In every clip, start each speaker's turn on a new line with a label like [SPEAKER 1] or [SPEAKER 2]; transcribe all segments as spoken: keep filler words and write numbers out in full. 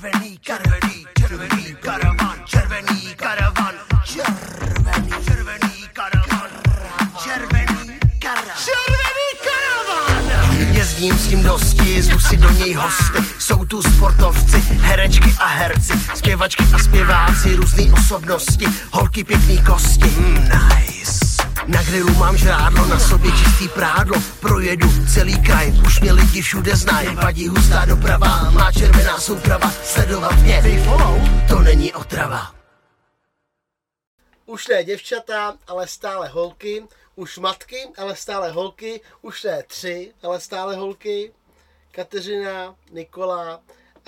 [SPEAKER 1] Červený, červený, červený karavan, červený karavan, červený, červený karavan, červený karavan, červený karavan. Jezdím s tím dosti, zvu si do něj hosty, jsou tu sportovci, herečky a herci, zpěvačky a zpěváci, různý osobnosti, holky pěkný kosti, mm, nice. Na grilu mám žrádlo, na sobě čistý prádlo, projedu celý kraj, už mě lidi všude znají, vadí hustá doprava, má červená souprava, sledovat mě, follow, to není otrava.
[SPEAKER 2] Už ne děvčata, ale stále holky, už matky, ale stále holky, už ne tři, ale stále holky, Kateřina, Nikola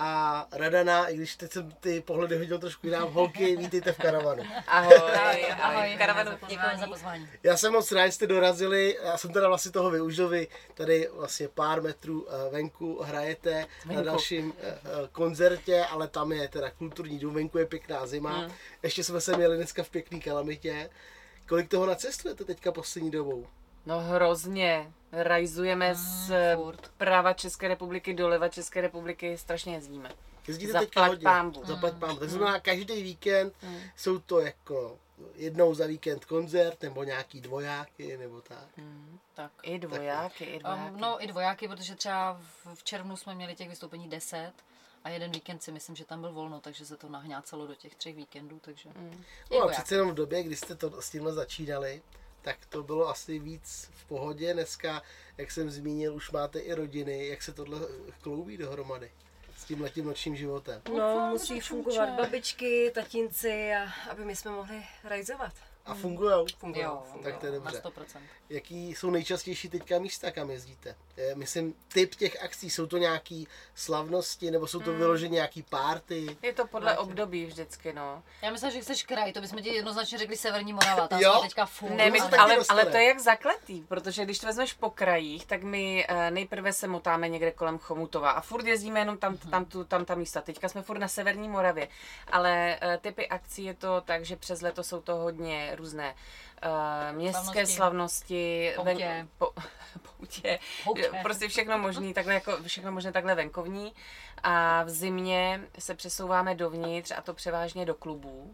[SPEAKER 2] a Radana, i když teď jsem ty pohledy hodil trošku jinam, holky, vítejte v karavanu.
[SPEAKER 3] Ahoj, ahoj, ahoj, karavanu,
[SPEAKER 4] děkuji za pozvání.
[SPEAKER 2] Já jsem moc rád, že jste dorazili, já jsem teda vlastně toho využil, vy tady vlastně pár metrů venku hrajete venku. Na dalším koncertě, ale tam je teda kulturní dům, venku je pěkná zima, hmm. Ještě jsme se měli dneska v pěkný kalamitě. Kolik toho nacestujete teďka poslední dobou?
[SPEAKER 3] No hrozně. Rajzujeme hmm, z furt. Prava České republiky do leva České republiky, strašně jezdíme.
[SPEAKER 2] Jezdíte
[SPEAKER 3] Zaplať
[SPEAKER 2] teďka hodně?
[SPEAKER 3] Pámbu.
[SPEAKER 2] Zaplať pámbu. Tak znamená, každý víkend hmm. jsou to jako jednou za víkend koncert, nebo nějaký dvojáky, nebo tak.
[SPEAKER 3] Hmm, tak i dvojáky, tak. i dvojáky.
[SPEAKER 4] Um, no i dvojáky, protože třeba v červnu jsme měli těch vystoupení deset. A jeden víkend si myslím, že tam byl volno, takže se to nahňácelo do těch třech víkendů, takže... Mm.
[SPEAKER 2] No a přece jenom v době, kdy jste to s tímhle začínali, tak to bylo asi víc v pohodě. Dneska, jak jsem zmínil, už máte i rodiny, jak se tohle kloubí dohromady s tímhletím nočním životem.
[SPEAKER 5] No, musí fungovat babičky, tatínci, a aby my jsme mohli rajzovat.
[SPEAKER 2] A fungujou?
[SPEAKER 4] Fungujou,
[SPEAKER 2] tak to je dobře.
[SPEAKER 4] Na sto procent.
[SPEAKER 2] Jaký jsou nejčastější teďka místa, kam jezdíte? Myslím, typ těch akcí, jsou to nějaký slavnosti, nebo jsou to mm. vyloženě nějaký party?
[SPEAKER 3] Je to podle Máte. období vždycky, no.
[SPEAKER 4] Já myslím, že chceš kraj, to bychom ti jednoznačně řekli Severní Morava, tam
[SPEAKER 2] jo?
[SPEAKER 4] jsme teďka furt.
[SPEAKER 3] Ne, my, ale, ale to je jak zakletý, protože když to vezmeš po krajích, tak my uh, nejprve se motáme někde kolem Chomutova a furt jezdíme jenom tam, tam, tu, tam ta místa. Teďka jsme furt na Severní Moravě, ale uh, typy akcí je to tak, že přes leto jsou to hodně různé uh, městské slavnosti,
[SPEAKER 4] poutě,
[SPEAKER 3] ven, po, poutě, poutě. Prostě všechno možný, takhle jako, všechno možné takhle venkovní. A v zimě se přesouváme dovnitř, a to převážně do klubů.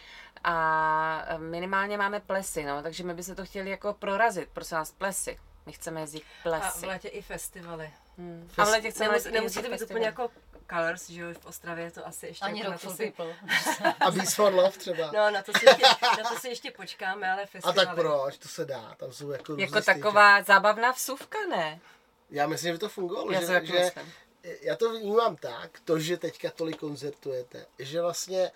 [SPEAKER 3] A minimálně máme plesy, no, takže my bychom to chtěli jako prorazit, prosím nás, plesy. My chceme jezdit plesy.
[SPEAKER 5] A v létě i festivaly.
[SPEAKER 3] Hmm. A v létě chceme
[SPEAKER 5] Nemus, nemusíte být úplně jako Colors, že jo, v Ostravě je to asi ještě...
[SPEAKER 4] Ani
[SPEAKER 5] jako
[SPEAKER 4] Rock for
[SPEAKER 5] si...
[SPEAKER 4] People.
[SPEAKER 2] A Beats for Love třeba.
[SPEAKER 5] No, na to, si ještě, na to si ještě počkáme, ale festivaly.
[SPEAKER 2] A tak proč, to se dá, tam jsou jako
[SPEAKER 3] Jako taková stage. Zábavná vsuvka, ne?
[SPEAKER 2] Já myslím, že to fungovalo,
[SPEAKER 3] já
[SPEAKER 2] že, že já to vnímám tak, to, že teďka tolik koncertujete, že vlastně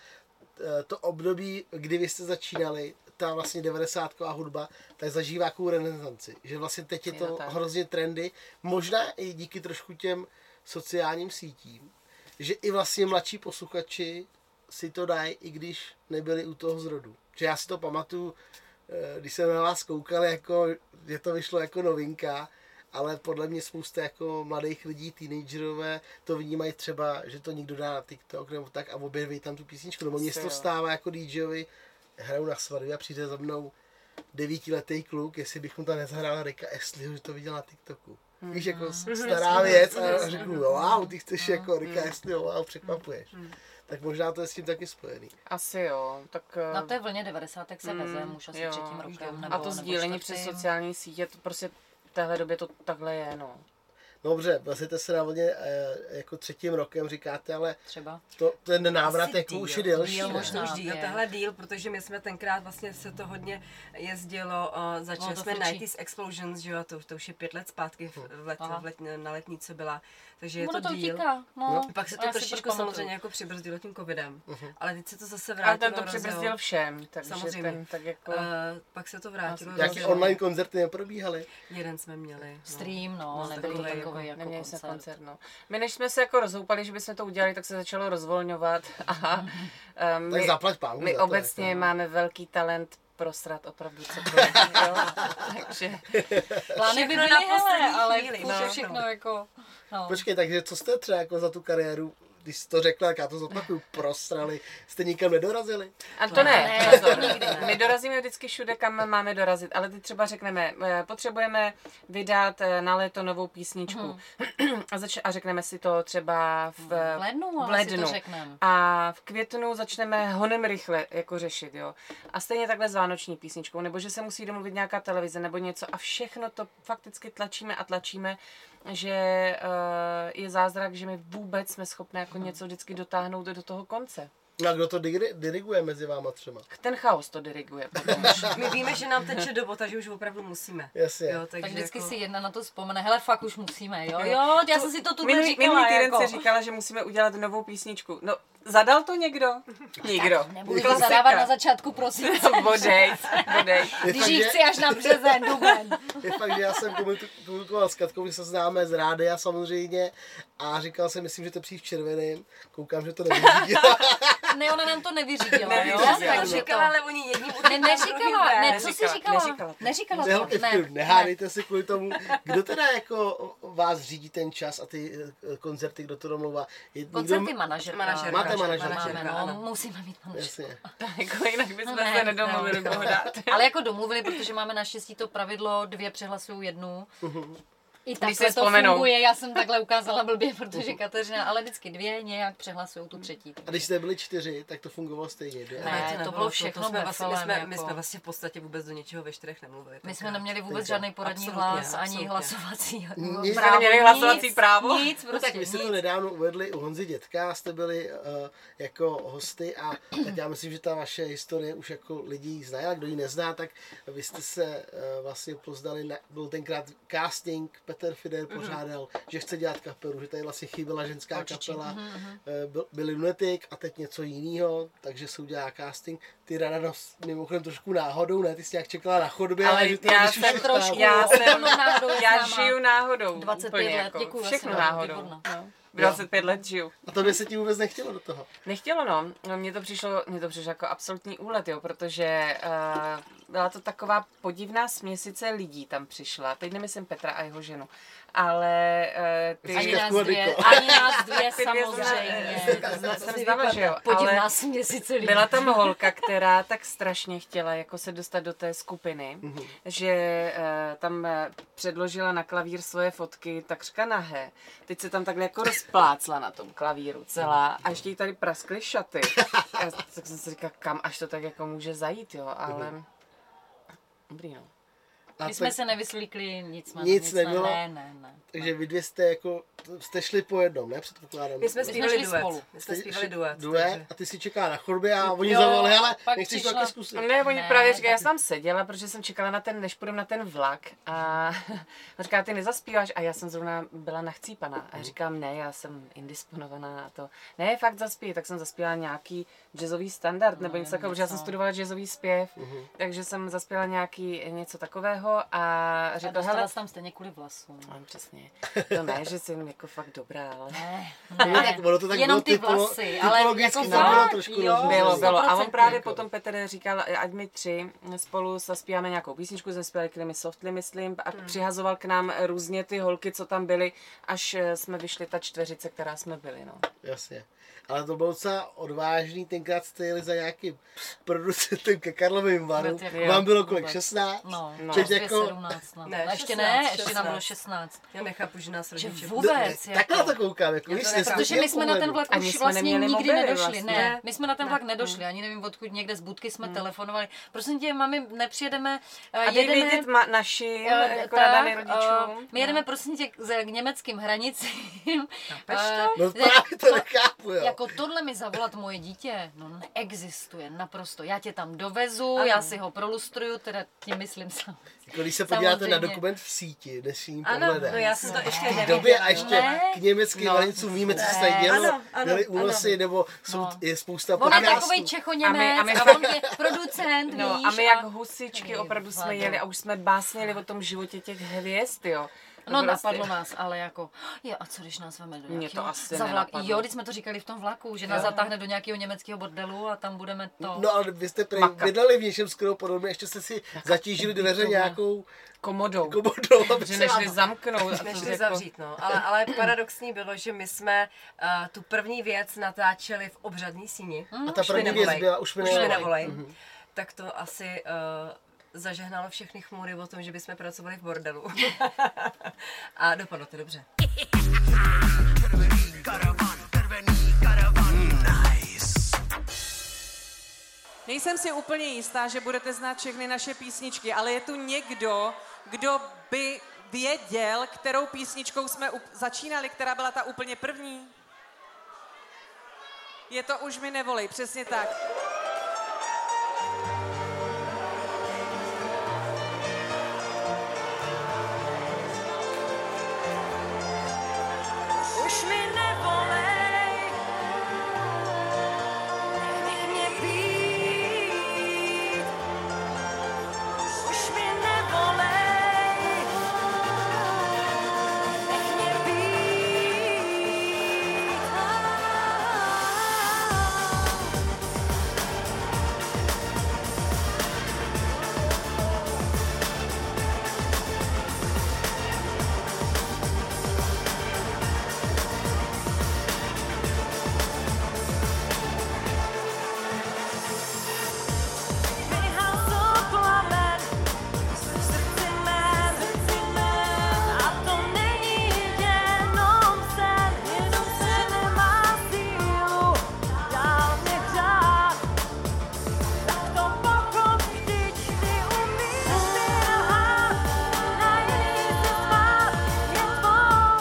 [SPEAKER 2] to období, kdy vy jste začínali, ta vlastně devadesátková hudba, tak zažívá takovou renesanci. Že vlastně teď je to, je to hrozně trendy, možná i díky trošku těm sociálním sítím, že i vlastně mladší posluchači si to dají, i když nebyli u toho zrodu. Že já si to pamatuju, když jsem na vás koukal, jako, že to vyšlo jako novinka, ale podle mě spousta jako mladých lidí, teenagerové, to vnímají třeba, že to někdo dá na TikTok nebo tak a objeví tam tu písničku. Nebo mně se to stává jako DJovi, hraju na svatbě a přijde za mnou devítiletý kluk, jestli bych mu tam nezahrál Ricka Astleyho, že to viděl na TikToku. Mm-hmm. Víš, jako stará věc a řeknu, wow, ty chceš mm-hmm. jako Ricka Astleyho, wow, překvapuješ. Mm-hmm. Tak možná to je s tím taky spojený.
[SPEAKER 3] Asi jo. Tak,
[SPEAKER 4] na té vlně devadesátek se mm, vezem už asi jo, třetím rokem. Nebo,
[SPEAKER 3] a to sdílení přes sociální sítě, to prostě v téhle době to takhle je, no.
[SPEAKER 2] Dobře, vezete se na vlně e, jako třetím rokem, říkáte, ale
[SPEAKER 4] třeba
[SPEAKER 2] to, ten návrat jako
[SPEAKER 5] díl,
[SPEAKER 2] už je delší.
[SPEAKER 5] Díl, možná už díl, tahle díl, protože my jsme tenkrát vlastně se to hodně jezdilo, uh, začali no, jsme nineties Explosions, že jo, to, to už je pět let zpátky v, v let, v let, na letní, co byla, takže je
[SPEAKER 4] no,
[SPEAKER 5] to,
[SPEAKER 4] to
[SPEAKER 5] díl.
[SPEAKER 4] Utíká, no.
[SPEAKER 5] No. Pak se to trošičku samozřejmě jako přibrzdilo tím covidem, uh-huh. ale teď se to zase vrátilo.
[SPEAKER 3] Ale ten to přibrzdil všem, takže
[SPEAKER 5] samozřejmě.
[SPEAKER 3] Ten tak jako... Uh,
[SPEAKER 5] pak se to vrátilo.
[SPEAKER 2] Jaký online koncerty neprobíhaly?
[SPEAKER 5] Jeden jsme měli.
[SPEAKER 4] No. Stream, no, no nebyl to takový jako, jako koncert.
[SPEAKER 3] koncert no. My než jsme se jako rozhoupali, že bychom to udělali, tak se začalo rozvolňovat. A, um,
[SPEAKER 2] tak zaplať pámu.
[SPEAKER 3] My obecně jako, máme velký talent prosrat opravdu cokoliv, jo. Takže...
[SPEAKER 4] Plány by byly, hele, ale chvíli, no, všechno no. jako...
[SPEAKER 2] No. Počkej, takže co jste třeba jako za tu kariéru, když jsi to řekla, tak já to zopakuju, prosrali, jste nikam nedorazili?
[SPEAKER 3] A to ne,
[SPEAKER 4] Ne,
[SPEAKER 3] pozor.
[SPEAKER 4] to nikdy ne.
[SPEAKER 3] My dorazíme vždycky všude, kam máme dorazit, ale teď třeba řekneme, eh, potřebujeme vydat eh, na léto novou písničku a, zač- a řekneme si to třeba v,
[SPEAKER 4] V lednu,
[SPEAKER 3] v
[SPEAKER 4] ale si to
[SPEAKER 3] lednu.
[SPEAKER 4] řekneme.
[SPEAKER 3] A v květnu začneme honem rychle jako řešit, jo. A stejně takhle s vánoční písničkou, nebo že se musí domluvit nějaká televize nebo něco a všechno to fakticky tlačíme a tlačíme, že uh, je zázrak, že my vůbec jsme schopni jako něco vždycky dotáhnout do toho konce.
[SPEAKER 2] No a kdo to diri- diriguje mezi váma třema?
[SPEAKER 3] Ten chaos to diriguje potom.
[SPEAKER 5] My víme, že nám teče do bota, že už opravdu musíme.
[SPEAKER 2] Jasně.
[SPEAKER 5] Jo, takže
[SPEAKER 4] Tak vždycky
[SPEAKER 5] jako...
[SPEAKER 4] si jedna na to vzpomene, hele, fakt už musíme, jo, jo, já jsem si to tu
[SPEAKER 3] Minulý,
[SPEAKER 4] říkala,
[SPEAKER 3] minulý týden
[SPEAKER 4] jako.
[SPEAKER 3] se říkala, že musíme udělat novou písničku. No, zadal to někdo? Nikdo.
[SPEAKER 4] Nebudu to zadávat na začátku prosince,
[SPEAKER 3] Bodej, bodej.
[SPEAKER 2] Je
[SPEAKER 4] když
[SPEAKER 2] fakt,
[SPEAKER 4] ji
[SPEAKER 2] že-
[SPEAKER 4] chci až na březen, duben.
[SPEAKER 2] Je fakt, že já jsem komunitu- komunikoval s Katkou, že se známe z rádia samozřejmě a říkal jsem, myslím, že to přijde v červeném. Koukám, že to nevyřídila.
[SPEAKER 4] Ne, ona nám to nevyřídila, jo,
[SPEAKER 3] Nevyřídila,
[SPEAKER 4] takže
[SPEAKER 5] Říkala,
[SPEAKER 4] to...
[SPEAKER 5] ale oni jedni
[SPEAKER 4] Ne,
[SPEAKER 5] určitě
[SPEAKER 4] neříkala, ne, co jsi
[SPEAKER 3] Neříkala,
[SPEAKER 4] říkala?
[SPEAKER 3] neříkala to.
[SPEAKER 4] Neříkala
[SPEAKER 2] Ne,
[SPEAKER 4] to,
[SPEAKER 2] holky, v
[SPEAKER 4] ne.
[SPEAKER 2] klidu, nehádejte si kvůli tomu. Kdo teda jako vás řídí ten čas a ty eh, koncerty, kdo to domlouvá? Je někdo-
[SPEAKER 4] Koncerty manažerka.
[SPEAKER 5] Manažerka,
[SPEAKER 2] Máte manažerku.
[SPEAKER 4] Máme, no,
[SPEAKER 5] ano.
[SPEAKER 4] musíme mít manažerku.
[SPEAKER 2] Jasně.
[SPEAKER 3] Jako jinak bychom
[SPEAKER 4] Ne,
[SPEAKER 3] se nedomluvili
[SPEAKER 4] ne.
[SPEAKER 3] bohdát.
[SPEAKER 4] Ale jako domluvili, protože máme naštěstí to pravidlo, dvě přehlasují jednu. I
[SPEAKER 3] si
[SPEAKER 4] takhle to
[SPEAKER 3] vzpomenou.
[SPEAKER 4] funguje, já jsem takhle ukázala blbě, protože Kateřina, ale vždycky dvě nějak přehlasují tu třetí.
[SPEAKER 2] A když jste byli čtyři, tak to fungovalo stejně. Dvě.
[SPEAKER 4] Ne, to
[SPEAKER 5] nebylo,
[SPEAKER 4] bylo všechno
[SPEAKER 5] to jsme, vlastně, my,
[SPEAKER 4] befelem,
[SPEAKER 5] jsme, my
[SPEAKER 4] jako.
[SPEAKER 5] jsme vlastně v podstatě vůbec do něčeho ve čtyřech nemluvili.
[SPEAKER 4] My jsme
[SPEAKER 5] tenkrát.
[SPEAKER 4] neměli vůbec
[SPEAKER 2] Tenkrát.
[SPEAKER 4] žádný poradní
[SPEAKER 5] Absolutně,
[SPEAKER 4] hlas, ani
[SPEAKER 5] absolutně.
[SPEAKER 4] hlasovací
[SPEAKER 2] Nic
[SPEAKER 3] jsme neměli hlasovací
[SPEAKER 4] nic,
[SPEAKER 3] právo.
[SPEAKER 4] Nic,
[SPEAKER 2] No
[SPEAKER 4] prostě
[SPEAKER 2] tak vy jste
[SPEAKER 4] nic.
[SPEAKER 2] to nedávno uvedli u Honzy Dětka, jste byli uh, jako hosty a tak já myslím, že ta vaše historie už jako lidi ji znají, a kdo ji nezná, tak vy jste se uh, vlastně poznali, na, byl tenkrát casting, Petr Fider pořádal, že chce dělat kapelu, že tady vlastně chyběla ženská
[SPEAKER 4] Určitě.
[SPEAKER 2] kapela, uh, byl, byl Lunatic a teď něco jiného, takže se udělá casting. Ty Rada mimochodem trošku náhodou, ne? Ty jsi nějak čekala na chodbě,
[SPEAKER 3] Ale
[SPEAKER 2] že to
[SPEAKER 3] já
[SPEAKER 2] když už
[SPEAKER 3] jsem
[SPEAKER 2] se
[SPEAKER 4] trošku-
[SPEAKER 2] stalo.
[SPEAKER 3] Já jsem,
[SPEAKER 4] náhodou je
[SPEAKER 3] já
[SPEAKER 4] s náma.
[SPEAKER 3] žiju náhodou.
[SPEAKER 4] dvacet pět
[SPEAKER 3] úplně
[SPEAKER 4] let,
[SPEAKER 3] jako,
[SPEAKER 4] děkuju,
[SPEAKER 3] všechno
[SPEAKER 4] asi,
[SPEAKER 3] náhodou.
[SPEAKER 4] výborná.
[SPEAKER 3] No. dvacet pět let žiju.
[SPEAKER 2] A to by se ti vůbec nechtělo do toho.
[SPEAKER 3] Nechtělo, no. no mně to přišlo, mně to přišlo jako absolutní úlet, jo, protože uh, byla to taková podivná směsice lidí tam přišla. Teď nemyslím Petra a jeho ženu, ale uh, ty...
[SPEAKER 4] Ani
[SPEAKER 2] Říkáš
[SPEAKER 4] nás
[SPEAKER 2] Kuladiko.
[SPEAKER 4] dvě, ani nás dvě
[SPEAKER 3] Ty dvě
[SPEAKER 4] samozřejmě.
[SPEAKER 3] zna- jsem znala, že jo,
[SPEAKER 4] Podívná
[SPEAKER 3] ale
[SPEAKER 4] směsice lidí.
[SPEAKER 3] byla tam holka, která tak strašně chtěla jako se dostat do té skupiny,
[SPEAKER 2] Mhm.
[SPEAKER 3] že uh, tam uh, předložila na klavír svoje fotky takřka nahé. Teď se tam takhle jako rozplácla na tom klavíru celá a ještě jí tady praskly šaty. A tak jsem si říkala, kam až to tak jako může zajít, jo, ale... Dobrý, no.
[SPEAKER 2] A
[SPEAKER 4] My jsme
[SPEAKER 2] tak-
[SPEAKER 4] se nevyslíkli, nic, jsme,
[SPEAKER 2] Nic
[SPEAKER 4] nic ne,
[SPEAKER 2] nebylo?
[SPEAKER 4] ne, ne, ne.
[SPEAKER 2] Takže vy dvě jste jako, jste šli po jednom, ne? Předpokládám.
[SPEAKER 5] My jsme
[SPEAKER 4] jsme
[SPEAKER 5] zpívali
[SPEAKER 4] šli
[SPEAKER 5] duet.
[SPEAKER 4] spolu.
[SPEAKER 5] My jsme
[SPEAKER 2] Jste
[SPEAKER 5] zpívali
[SPEAKER 2] šli
[SPEAKER 5] duet.
[SPEAKER 2] duet
[SPEAKER 5] takže-
[SPEAKER 2] a ty si čeká na chodbě a oni
[SPEAKER 4] Jo,
[SPEAKER 2] zavolali, hele,
[SPEAKER 4] pak
[SPEAKER 2] nechceš to
[SPEAKER 4] přišla-
[SPEAKER 2] taky zkusit.
[SPEAKER 3] Ne, oni
[SPEAKER 4] Ne,
[SPEAKER 3] právě říkají, já
[SPEAKER 4] tak-
[SPEAKER 3] jsem tam seděla, protože jsem čekala na ten, než půjdem na ten vlak a on říká, ty nezaspíváš a já jsem zrovna byla nachcípaná a říkám, ne, já jsem indisponovaná a to, ne, fakt zaspí, tak jsem zaspívala nějaký jazzový standard nebo něco takového, protože já jsem studovala jazzový zpěv, takže jsem zaspívala nějaký něco takového a
[SPEAKER 4] A
[SPEAKER 3] řekla,
[SPEAKER 4] dostala
[SPEAKER 3] hele,
[SPEAKER 4] se tam stejně kvůli vlasům.
[SPEAKER 3] no, přesně, to ne, že jsem jako fakt dobrá, ale...
[SPEAKER 4] Ne,
[SPEAKER 2] No, tak ono to tak
[SPEAKER 4] jenom
[SPEAKER 2] bylo
[SPEAKER 4] ty
[SPEAKER 2] typolo-
[SPEAKER 4] vlasy, ale
[SPEAKER 2] typologicky
[SPEAKER 4] jako
[SPEAKER 2] tam bylo
[SPEAKER 4] fakt,
[SPEAKER 2] trošku
[SPEAKER 4] jo.
[SPEAKER 2] rozdíl.
[SPEAKER 3] Bylo, bylo. A on
[SPEAKER 4] stoprocentně.
[SPEAKER 3] právě potom Petr říkal, ať my tři spolu zaspíváme nějakou písničku, jsme zpívali Krimi Softly, myslím, a přihazoval k nám různě ty holky, co tam byly, až jsme vyšli ta čtveřice, která jsme byli, no.
[SPEAKER 2] Jasně. Ale to bylo docela odvážný, tenkrát jste jeli za nějakým producentem ke Karlovým Varu.
[SPEAKER 4] Vůbec,
[SPEAKER 3] jo,
[SPEAKER 2] Vám bylo kolik?
[SPEAKER 3] vůbec.
[SPEAKER 2] šestnáct?
[SPEAKER 4] No,
[SPEAKER 3] No.
[SPEAKER 2] Teď
[SPEAKER 4] Teď
[SPEAKER 2] jako...
[SPEAKER 4] sedmnáct, no.
[SPEAKER 5] Ne,
[SPEAKER 4] A ještě
[SPEAKER 5] šestnáct,
[SPEAKER 4] ne, ještě nám
[SPEAKER 5] šestnáct.
[SPEAKER 4] bylo šestnáct.
[SPEAKER 5] Já nechápu, že nás
[SPEAKER 4] Že
[SPEAKER 5] rodiče...
[SPEAKER 4] vůbec,
[SPEAKER 2] Takhle
[SPEAKER 4] jako.
[SPEAKER 2] to koukám, jako
[SPEAKER 5] Já to
[SPEAKER 2] víš,
[SPEAKER 5] nechápu.
[SPEAKER 2] jestli
[SPEAKER 4] Protože my jsme na ten vlak
[SPEAKER 3] Ani
[SPEAKER 4] už
[SPEAKER 3] jsme
[SPEAKER 4] vlastně
[SPEAKER 3] neměli
[SPEAKER 4] nikdy
[SPEAKER 3] mobily
[SPEAKER 4] nedošli.
[SPEAKER 3] vlastně.
[SPEAKER 4] Ne, my jsme na ten vlak nedošli. Ani nevím, odkud někde z budky jsme telefonovali. Prosím tě, mami, nepřijedeme, eh,
[SPEAKER 3] A dej
[SPEAKER 4] jedeme...
[SPEAKER 3] vědět ma- našim,
[SPEAKER 4] eh,
[SPEAKER 3] jako
[SPEAKER 4] tak,
[SPEAKER 3] nadali
[SPEAKER 4] eh,
[SPEAKER 3] rodičům.
[SPEAKER 4] My jedeme, prosím tě, k, k německým hranicím.
[SPEAKER 5] Chápeš
[SPEAKER 4] Eh,
[SPEAKER 5] to?
[SPEAKER 2] No právě to nechápu, jo.
[SPEAKER 4] Jako tohle mi zavolat moje dítě, no neexistuje, naprosto. Já tě tam dovezu, já si ho prolustruju, teda tím myslím sám.
[SPEAKER 2] Jako když se podíváte na
[SPEAKER 4] Samozřejmě.
[SPEAKER 2] dokument v síti, dnešním
[SPEAKER 5] Ano,
[SPEAKER 2] pohledem.
[SPEAKER 5] no já jsem to ještě
[SPEAKER 2] V té
[SPEAKER 5] neviděla.
[SPEAKER 2] době a ještě
[SPEAKER 4] Ne.
[SPEAKER 2] k německým
[SPEAKER 3] No.
[SPEAKER 2] hranicům víme, co se
[SPEAKER 5] Ne.
[SPEAKER 2] tady dělo.
[SPEAKER 5] Ano, ano,
[SPEAKER 2] Byly únosy,
[SPEAKER 5] ano.
[SPEAKER 2] nebo jsou,
[SPEAKER 4] No.
[SPEAKER 2] je spousta
[SPEAKER 4] On je
[SPEAKER 2] podcastů.
[SPEAKER 4] takovej Čechoněmec
[SPEAKER 3] A my-
[SPEAKER 4] a,
[SPEAKER 3] a my
[SPEAKER 4] a
[SPEAKER 3] fakt-
[SPEAKER 4] on je producent,
[SPEAKER 3] No
[SPEAKER 4] víš.
[SPEAKER 3] a my jak husičky
[SPEAKER 4] Ty
[SPEAKER 3] opravdu jsme
[SPEAKER 4] vado.
[SPEAKER 3] jeli a už jsme básnili o tom životě těch hvězd, jo.
[SPEAKER 4] No napadlo nás, ale jako, je, a co když nás veme do nějakého
[SPEAKER 3] to asi
[SPEAKER 4] za vlak.
[SPEAKER 3] nenapadlo.
[SPEAKER 4] Jo, když jsme to říkali v tom vlaku, že nás zatáhne do nějakého německého bordelu a tam budeme to...
[SPEAKER 2] No ale vy jste prý
[SPEAKER 3] Makat.
[SPEAKER 2] bydleli v něčem skoro podobně, ještě jste si zatížili dveře nějakou
[SPEAKER 3] Komodou.
[SPEAKER 2] komodou, aby
[SPEAKER 3] Že
[SPEAKER 2] se
[SPEAKER 3] nešli
[SPEAKER 2] vám-
[SPEAKER 3] zamknout. a to
[SPEAKER 5] Nešli
[SPEAKER 3] jako-
[SPEAKER 5] zavřít, no. Ale, ale paradoxní bylo, že my jsme uh, tu první věc natáčeli v obřadní síni.
[SPEAKER 2] A ta
[SPEAKER 5] Už mi
[SPEAKER 2] první věc
[SPEAKER 5] nevolej.
[SPEAKER 2] byla, už mi
[SPEAKER 5] Už mi
[SPEAKER 2] nevolej.
[SPEAKER 5] nevolej. Mm-hmm. Tak to asi uh, zažehnalo všechny chmury o tom, že bychom pracovali v bordelu. A dopadlo to dobře.
[SPEAKER 1] Červený karavan, červený karavan. Nice.
[SPEAKER 6] Nejsem si úplně jistá, že budete znát všechny naše písničky, ale je tu někdo, kdo by věděl, kterou písničkou jsme up- začínali, která byla ta úplně první? Je to Už mi nevolej, přesně tak.
[SPEAKER 7] Už mi nevolej, nech mě být. Už mi nevolej, nech mě být. Vyhasl plamen v srdci mém, a to není jenom sen, jenom se nemá sílu dál mě hřát. Tak to pochop, vždyť ty umíš vylhat, na jiný se smát je tvou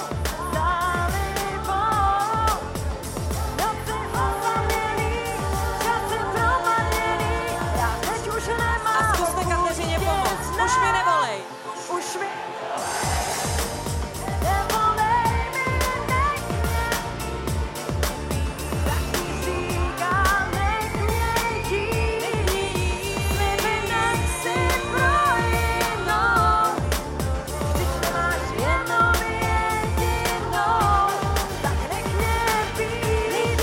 [SPEAKER 7] zálibou. Noci osamělý, časy promarněný, já teď už nemám
[SPEAKER 6] A zkuste Kateřině pomoct. Už mi nevolej.
[SPEAKER 7] Už mi nevolej mi, nech mě tak ti říkám, nech mě jít. Sliby nech si projinou, vždyť nemáš jenom jedinou, tak nech mě být.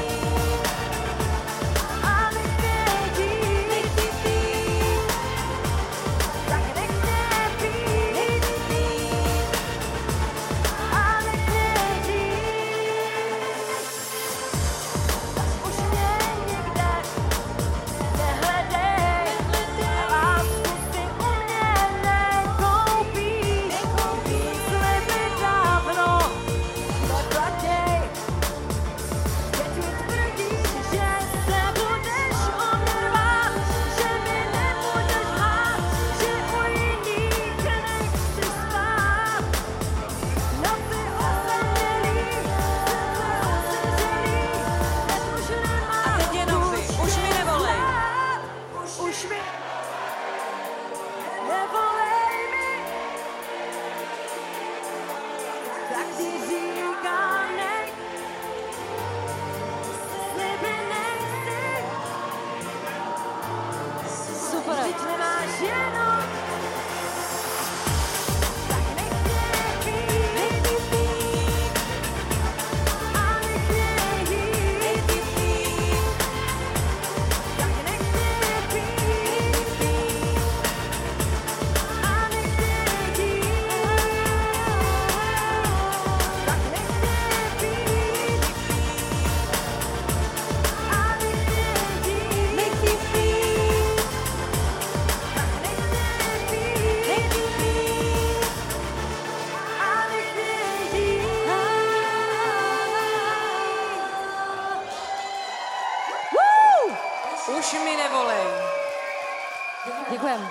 [SPEAKER 7] A nech mě jít, tak nech mě být. A nech mě jít. Už mě nikde nehledej, lásku si u mě nekoupíš, sliby dávno neplatěj. Teď mi tvrdíš, že se budeš omrvat, že mi nebudeš hát, že u jiných nechci spát. Noci osamělý, srdce useřelý, teď už nemám
[SPEAKER 6] A teď jenom vy. Už mi nevolej.
[SPEAKER 7] Už mi nevolej mi, tak ti říkám, nech sliby nechci. Super. Vždyť nemáš jenom, tak nech mě být. A nech mě jít. Tak nech mě být. A nech mě jít. Tak nech mě být. A nech mě jít. Nech mě být. Tak nech mě být. A nech mě jít.
[SPEAKER 6] Už mi nevolej.
[SPEAKER 4] Děkujeme.